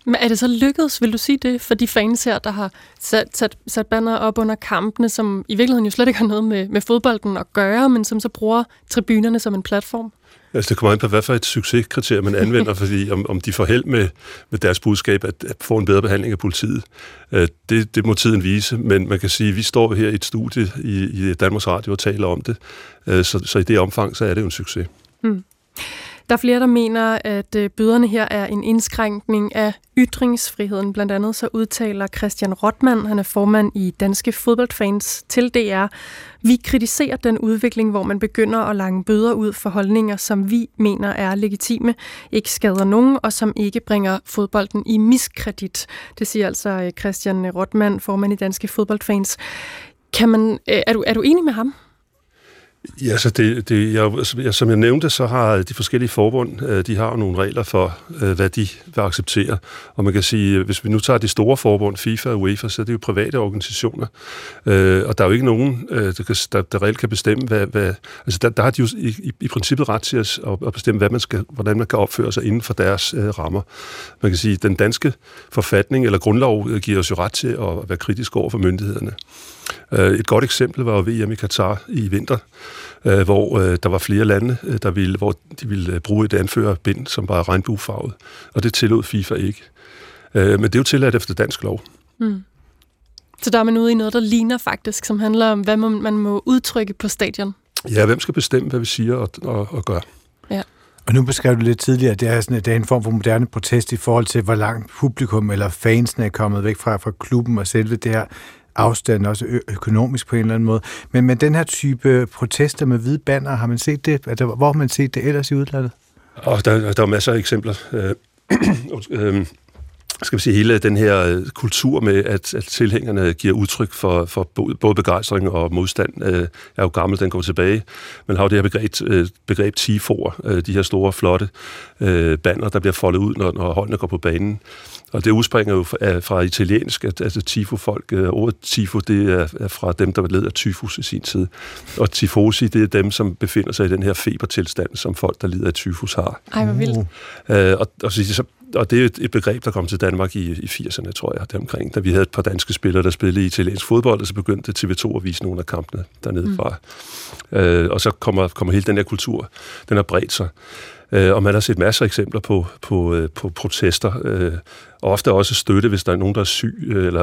Men er det så lykkedes, vil du sige det, for de fans her, der har sat banner op under kampene, som i virkeligheden jo slet ikke har noget med fodbolden at gøre, men som så bruger tribunerne som en platform? Altså, det kommer an på, hvad for et succeskriterie man anvender, fordi om de får held med deres budskab at få en bedre behandling af politiet, det må tiden vise, men man kan sige, at vi står her i et studie i Danmarks Radio og taler om det, så i det omfang, så er det jo en succes. Mm. Der er flere, der mener, at bøderne her er en indskrænkning af ytringsfriheden. Blandt andet så udtaler Christian Rothmann, han er formand i Danske Fodboldfans, til DR. Vi kritiserer den udvikling, hvor man begynder at lange bøder ud for holdninger, som vi mener er legitime, ikke skader nogen, og som ikke bringer fodbolden i miskredit. Det siger altså Christian Rothmann, formand i Danske Fodboldfans. Er du enig med ham? Ja, så som jeg nævnte, så har de forskellige forbund, de har nogle regler for, hvad de vil acceptere. Og man kan sige, hvis vi nu tager de store forbund, FIFA og UEFA, så er det jo private organisationer. Og der er jo ikke nogen, der reelt kan bestemme, altså der har de jo i princippet ret til at bestemme, hvordan man kan opføre sig inden for deres rammer. Man kan sige, at den danske forfatning eller grundlov giver os jo ret til at være kritisk over for myndighederne. Et godt eksempel var VM i Katar i vinter, hvor der var flere lande, hvor de ville bruge et anførerbind, som var regnbuefarvet, og det tillod FIFA ikke. Men det er jo tilladt efter dansk lov. Mm. Så der er man ude i noget, der ligner faktisk, som handler om, hvad man må udtrykke på stadion? Ja, hvem skal bestemme, hvad vi siger og gør? Ja. Og nu beskrev du lidt tidligere, at det er en form for moderne protest i forhold til, hvor langt publikum eller fansene er kommet væk fra klubben og selve det her afstand, også økonomisk på en eller anden måde. Men den her type protester med hvide banner, har man set det? Hvor har man set det ellers i udlandet? Og der er masser af eksempler. Skal vi sige, hele den her kultur med, at tilhængerne giver udtryk for både begejstring og modstand, er jo gammel, den går tilbage. Man har jo det her begreb tifoer, de her store, flotte banner, der bliver foldet ud, når holdene går på banen. Og det udspringer jo fra italiensk, altså tifo-folk. Ordet tifo, det er fra dem, der led af tyfus i sin tid. Og tifosi, det er dem, som befinder sig i den her febertilstand, som folk, der lider af tyfus, har. Ej, hvor vildt. Og det er et begreb, der kom til Danmark i 80'erne, tror jeg, deromkring. Da vi havde et par danske spillere, der spillede i italiensk fodbold, og så begyndte TV2 at vise nogle af kampene dernede fra. Og så kommer hele den her kultur, den har bredt sig. Og man har set masser af eksempler på protester, og ofte også støtte, hvis der er nogen, der er syg,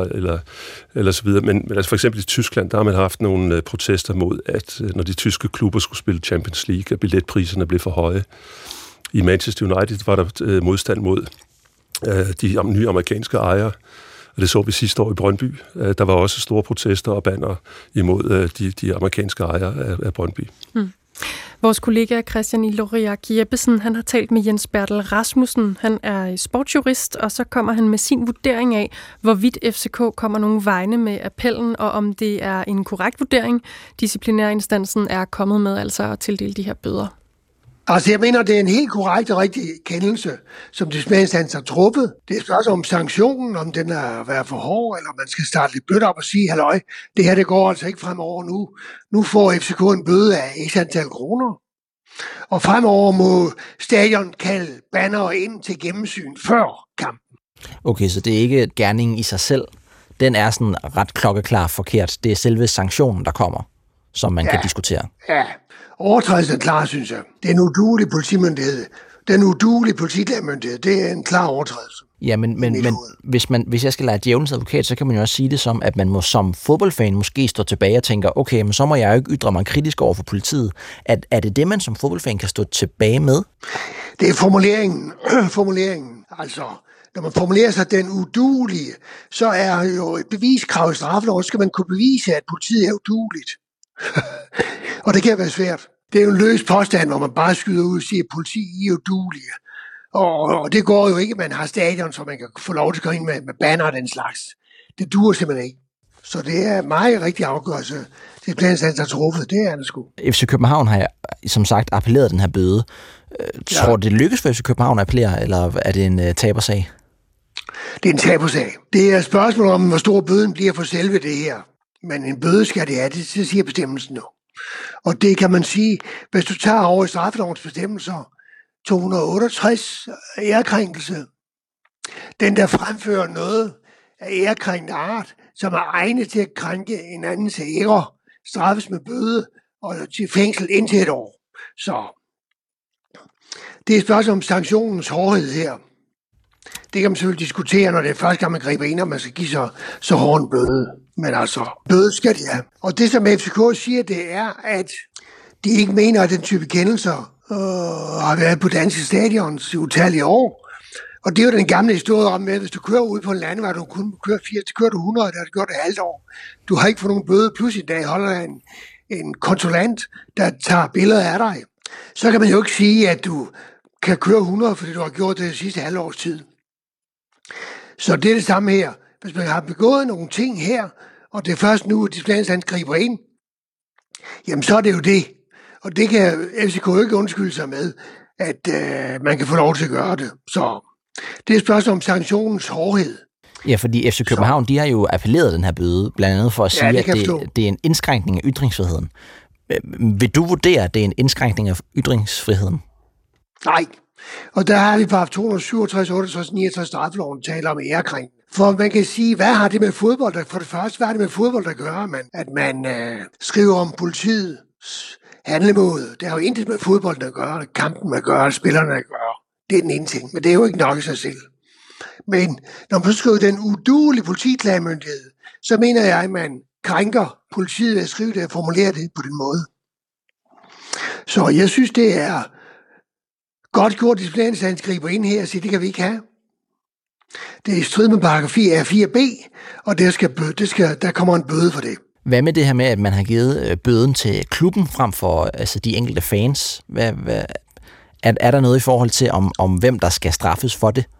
eller så videre. Men altså for eksempel i Tyskland, der har man haft nogle protester mod, at når de tyske klubber skulle spille Champions League, at billetpriserne blev for høje. I Manchester United var der modstand mod de nye amerikanske ejere, og det så vi sidste år i Brøndby. Der var også store protester og banner imod de amerikanske ejere af Brøndby. Mm. Vores kollega Christian Iloriak Jeppesen, han har talt med Jens Bertel Rasmussen. Han er sportsjurist, og så kommer han med sin vurdering af, hvorvidt FCK kommer nogle vegne med appellen, og om det er en korrekt vurdering, disciplinærinstansen er kommet med, altså at tildele de her bøder. Altså, jeg mener, det er en helt korrekt og rigtig kendelse, som disciplinærinstansen har truffet. Det er et spørgsmål om sanktionen, om den er været for hård, eller man skal starte lidt blødt op og sige, halløj, det her det går altså ikke fremover nu. Nu får FCK en bøde af x antal kroner. Og fremover må stadion kalde banner ind til gennemsyn før kampen. Okay, så det er ikke gerningen i sig selv. Den er sådan ret klokkeklar forkert. Det er selve sanktionen, der kommer, som man kan diskutere. Ja, overtrædelsen er klar, synes jeg. Det er en uduelig politimyndighed. Den uduelige politiklagemyndighed, det er en klar overtrædelse. Ja, men hvis jeg skal lege djævelens advokat, så kan man jo også sige det som, at man må som fodboldfan måske stå tilbage og tænker, okay, men så må jeg jo ikke ytre mig kritisk over for politiet. Er det, man som fodboldfan kan stå tilbage med? Det er formuleringen. Altså, når man formulerer sig den uduelige, så er jo et beviskrav i straffeloven, så skal man kunne bevise, at politiet er udueligt. Og det kan være svært. Det er jo en løs påstand, hvor man bare skyder ud og siger, at politiet er uduelige. Og det går jo ikke, at man har stadion, så man kan få lov til at gå ind med banner og den slags. Det duer simpelthen ikke. Så det er meget rigtig afgørelse. Det er blandt har truffet, det er det sgu. FC København har som sagt appelleret den her bøde. Tror du, det lykkes for FC København at appellere, eller er det en tabersag? Det er en tabersag. Det er et spørgsmål om, hvor stor bøden bliver for selve det her. Men en bøde skal det have, det siger bestemmelsen nu. Og det kan man sige, hvis du tager over i straffelovens bestemmelser, 268 ærekrænkelse, Den, der fremfører noget af ærekrænkende art, som er egnet til at krænke en andens ære, straffes med bøde og til fængsel indtil 1 år. Så det er et spørgsmål om sanktionens hårdhed her. Det kan man selvfølgelig diskutere, når det er første gang, man griber ind, og man skal give så hård en bøde. Men altså, bøde skal de have. Og det, som FCK siger, det er, at de ikke mener, at den type kendelser har været på danske stadions i utallige år. Og det er jo den gamle historie om, at hvis du kører ud på en landevej, du kun kører 80, så kører du 100, der har du gjort et halvt år. Du har ikke fået nogen bøde, plus i dag holder der en kontrollant, der tager billeder af dig. Så kan man jo ikke sige, at du kan køre 100, fordi du har gjort det sidste halvårs tid. Så det er det samme her. Hvis man har begået nogle ting her, og det er først nu, at disciplinærnævnet griber ind, jamen så er det jo det. Og det kan FCK ikke undskylde sig med, at man kan få lov til at gøre det. Så det er et spørgsmål om sanktionens hårdhed. Ja, fordi FC København, de har jo appelleret den her bøde, blandt andet for at sige, at det er en indskrænkning af ytringsfriheden. Vil du vurdere, at det er en indskrænkning af ytringsfriheden? Nej. Og der har vi på 267, 68, 69 straffeloven taler om ærekrænkning. For man kan sige, hvad har det med fodbold? For det første, hvad har det med fodbold at gøre? At man skriver om politiets handlemåde. Det har jo intet med fodbold at gøre, kampen at gøre, spillerne at gøre. Det er den ene ting, men det er jo ikke nok i sig selv. Men når man skriver den uduelige politiklagemyndighed, så mener jeg, at man krænker politiet ved at skrive det og formulere det på den måde. Så jeg synes, det er godt gjort, at disciplinærnævnet griber ind her og siger, det kan vi ikke have. Det er i strid med paragraf 4b, og der kommer en bøde for det. Hvad med det her med, at man har givet bøden til klubben frem for altså de enkelte fans? Er der noget i forhold til, om hvem der skal straffes for det?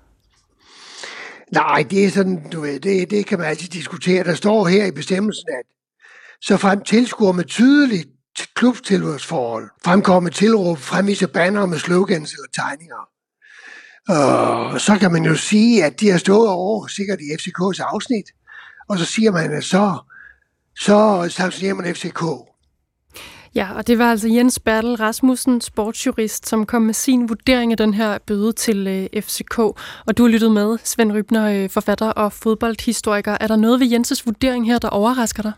Nej, det er sådan, du ved, det kan man altid diskutere. Der står her i bestemmelsen, at så frem tilskuer med tydeligt klubtilhørsforhold, fremkommer med tilråb, fremviser banner med slogans eller tegninger. Så kan man jo sige, at de har stået over, sikkert i FCK's afsnit, og så siger man, at så sanktionerer man FCK. Ja, og det var altså Jens Bertel Rasmussen, sportsjurist, som kom med sin vurdering af den her bøde til FCK. Og du har lyttet med, Svend Rybner, forfatter og fodboldhistoriker. Er der noget ved Jenses vurdering her, der overrasker dig?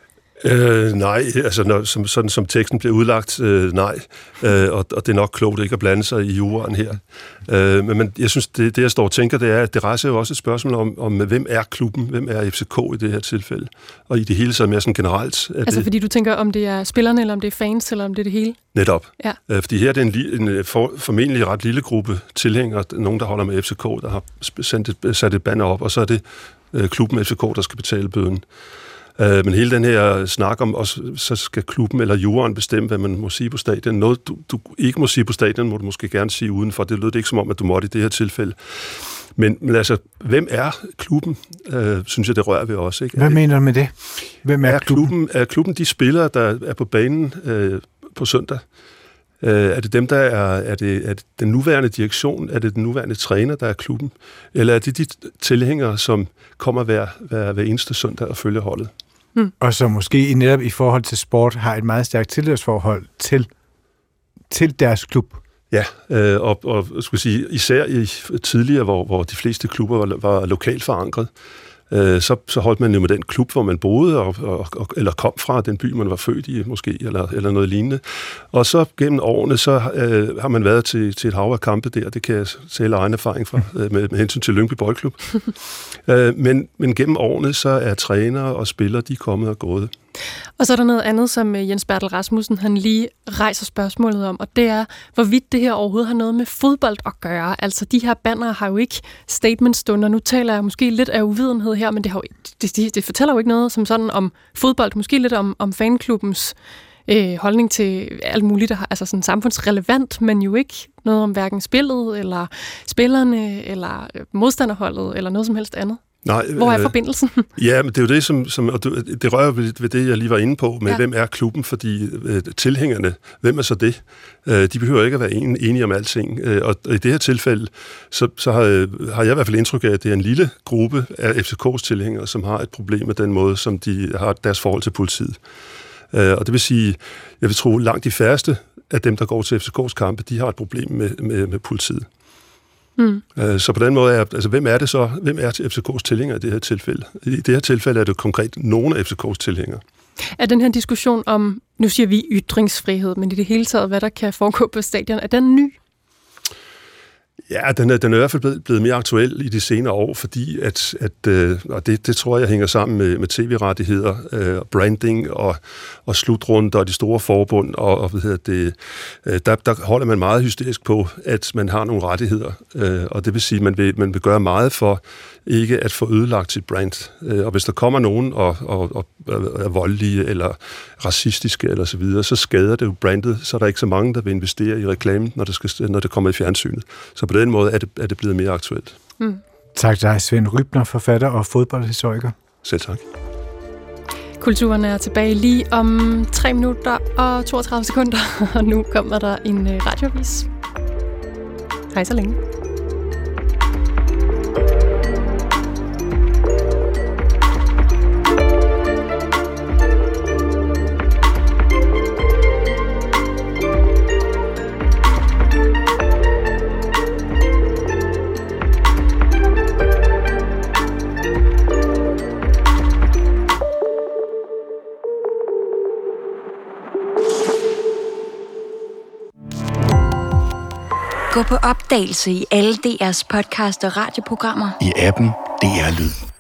Nej, altså sådan som teksten bliver udlagt, nej. Og det er nok klogt ikke at blande sig i juraen her. Men jeg synes, det jeg står og tænker, det er, at det rejser jo også et spørgsmål om hvem er klubben, hvem er FCK i det her tilfælde, og i det hele taget mere sådan generelt. Altså fordi du tænker, om det er spillerne, eller om det er fans, eller om det er det hele? Netop. Ja. Fordi her er det en formentlig ret lille gruppe tilhængere, nogen der holder med FCK, der har sat et banner op, og så er det klubben FCK, der skal betale bøden. Men hele den her snak om, også, så skal klubben eller juraen bestemme, hvad man må sige på stadion. Noget, du ikke må sige på stadion, må du måske gerne sige udenfor. Det lød det ikke som om, at du måtte i det her tilfælde. Men altså, hvem er klubben? Synes jeg, det rører ved også. Ikke? Hvad mener du med det? Hvem er klubben? Er klubben de spillere, der er på banen på søndag? Er det dem, der er det den nuværende direktion? Er det den nuværende træner, der er klubben? Eller er det de tilhængere, som kommer hver eneste søndag og følger holdet? Og så måske netop i forhold til sport har et meget stærkt tilhørsforhold til deres klub. Ja, og skulle sige, især i tidligere, hvor de fleste klubber var lokalt forankret, så holdt man jo med den klub, hvor man boede, eller kom fra, den by, man var født i, måske, eller noget lignende. Og så gennem årene, så har man været til et hav af kampe der, det kan jeg tale egen erfaring fra, med hensyn til Lyngby Boldklub. Men gennem årene, så er trænere og spillere, de er kommet og gået. Og så er der noget andet, som Jens Bertel Rasmussen han lige rejser spørgsmålet om, og det er, hvorvidt det her overhovedet har noget med fodbold at gøre. Altså, de her bannere har jo ikke statementstunder. Nu taler jeg måske lidt af uvidenhed her, men det fortæller jo ikke noget som sådan om fodbold. Måske lidt om fanklubbens holdning til alt muligt, der har, altså sådan samfundsrelevant, men jo ikke noget om hverken spillet, eller spillerne, eller modstanderholdet, eller noget som helst andet. Nej, hvor er forbindelsen? Ja, men det er jo det, som og det rører ved det, jeg lige var inde på, med hvem er klubben, fordi tilhængerne, hvem er så det? De behøver ikke at være enige om alting. Og i det her tilfælde, så har jeg i hvert fald indtryk af, at det er en lille gruppe af FCK's tilhængere, som har et problem med den måde, som de har deres forhold til politiet. Og det vil sige, jeg vil tro, langt de færreste af dem, der går til FCK's kampe, de har et problem med politiet. Så på den måde hvem er det så? Hvem er FCK's tilhænger i det her tilfælde? I det her tilfælde er det konkret nogle af FCK's tilhængere. Er den her diskussion om, nu siger vi ytringsfrihed, men i det hele taget, hvad der kan foregå på stadion, er den ny? Ja, den er i hvert fald blevet mere aktuel i de senere år, fordi og det tror jeg hænger sammen med tv-rettigheder, branding og slutrunder og de store forbund, der holder man meget hysterisk på, at man har nogle rettigheder, og det vil sige, at man vil gøre meget for ikke at få ødelagt sit brand. Og hvis der kommer nogen og er voldelige eller racistiske eller så videre, så skader det jo brandet, så er der ikke så mange, der vil investere i reklamen, når det kommer i fjernsynet. Så på den måde er det blevet mere aktuelt. Tak til dig, Svend Rybner, forfatter og fodboldhistoriker. Selv tak. Kulturen er tilbage lige om 3 minutter og 32 sekunder, og nu kommer der en radioavis. Hej så længe. Gå på opdagelse i alle DR's podcast og radioprogrammer. I appen DR Lyd.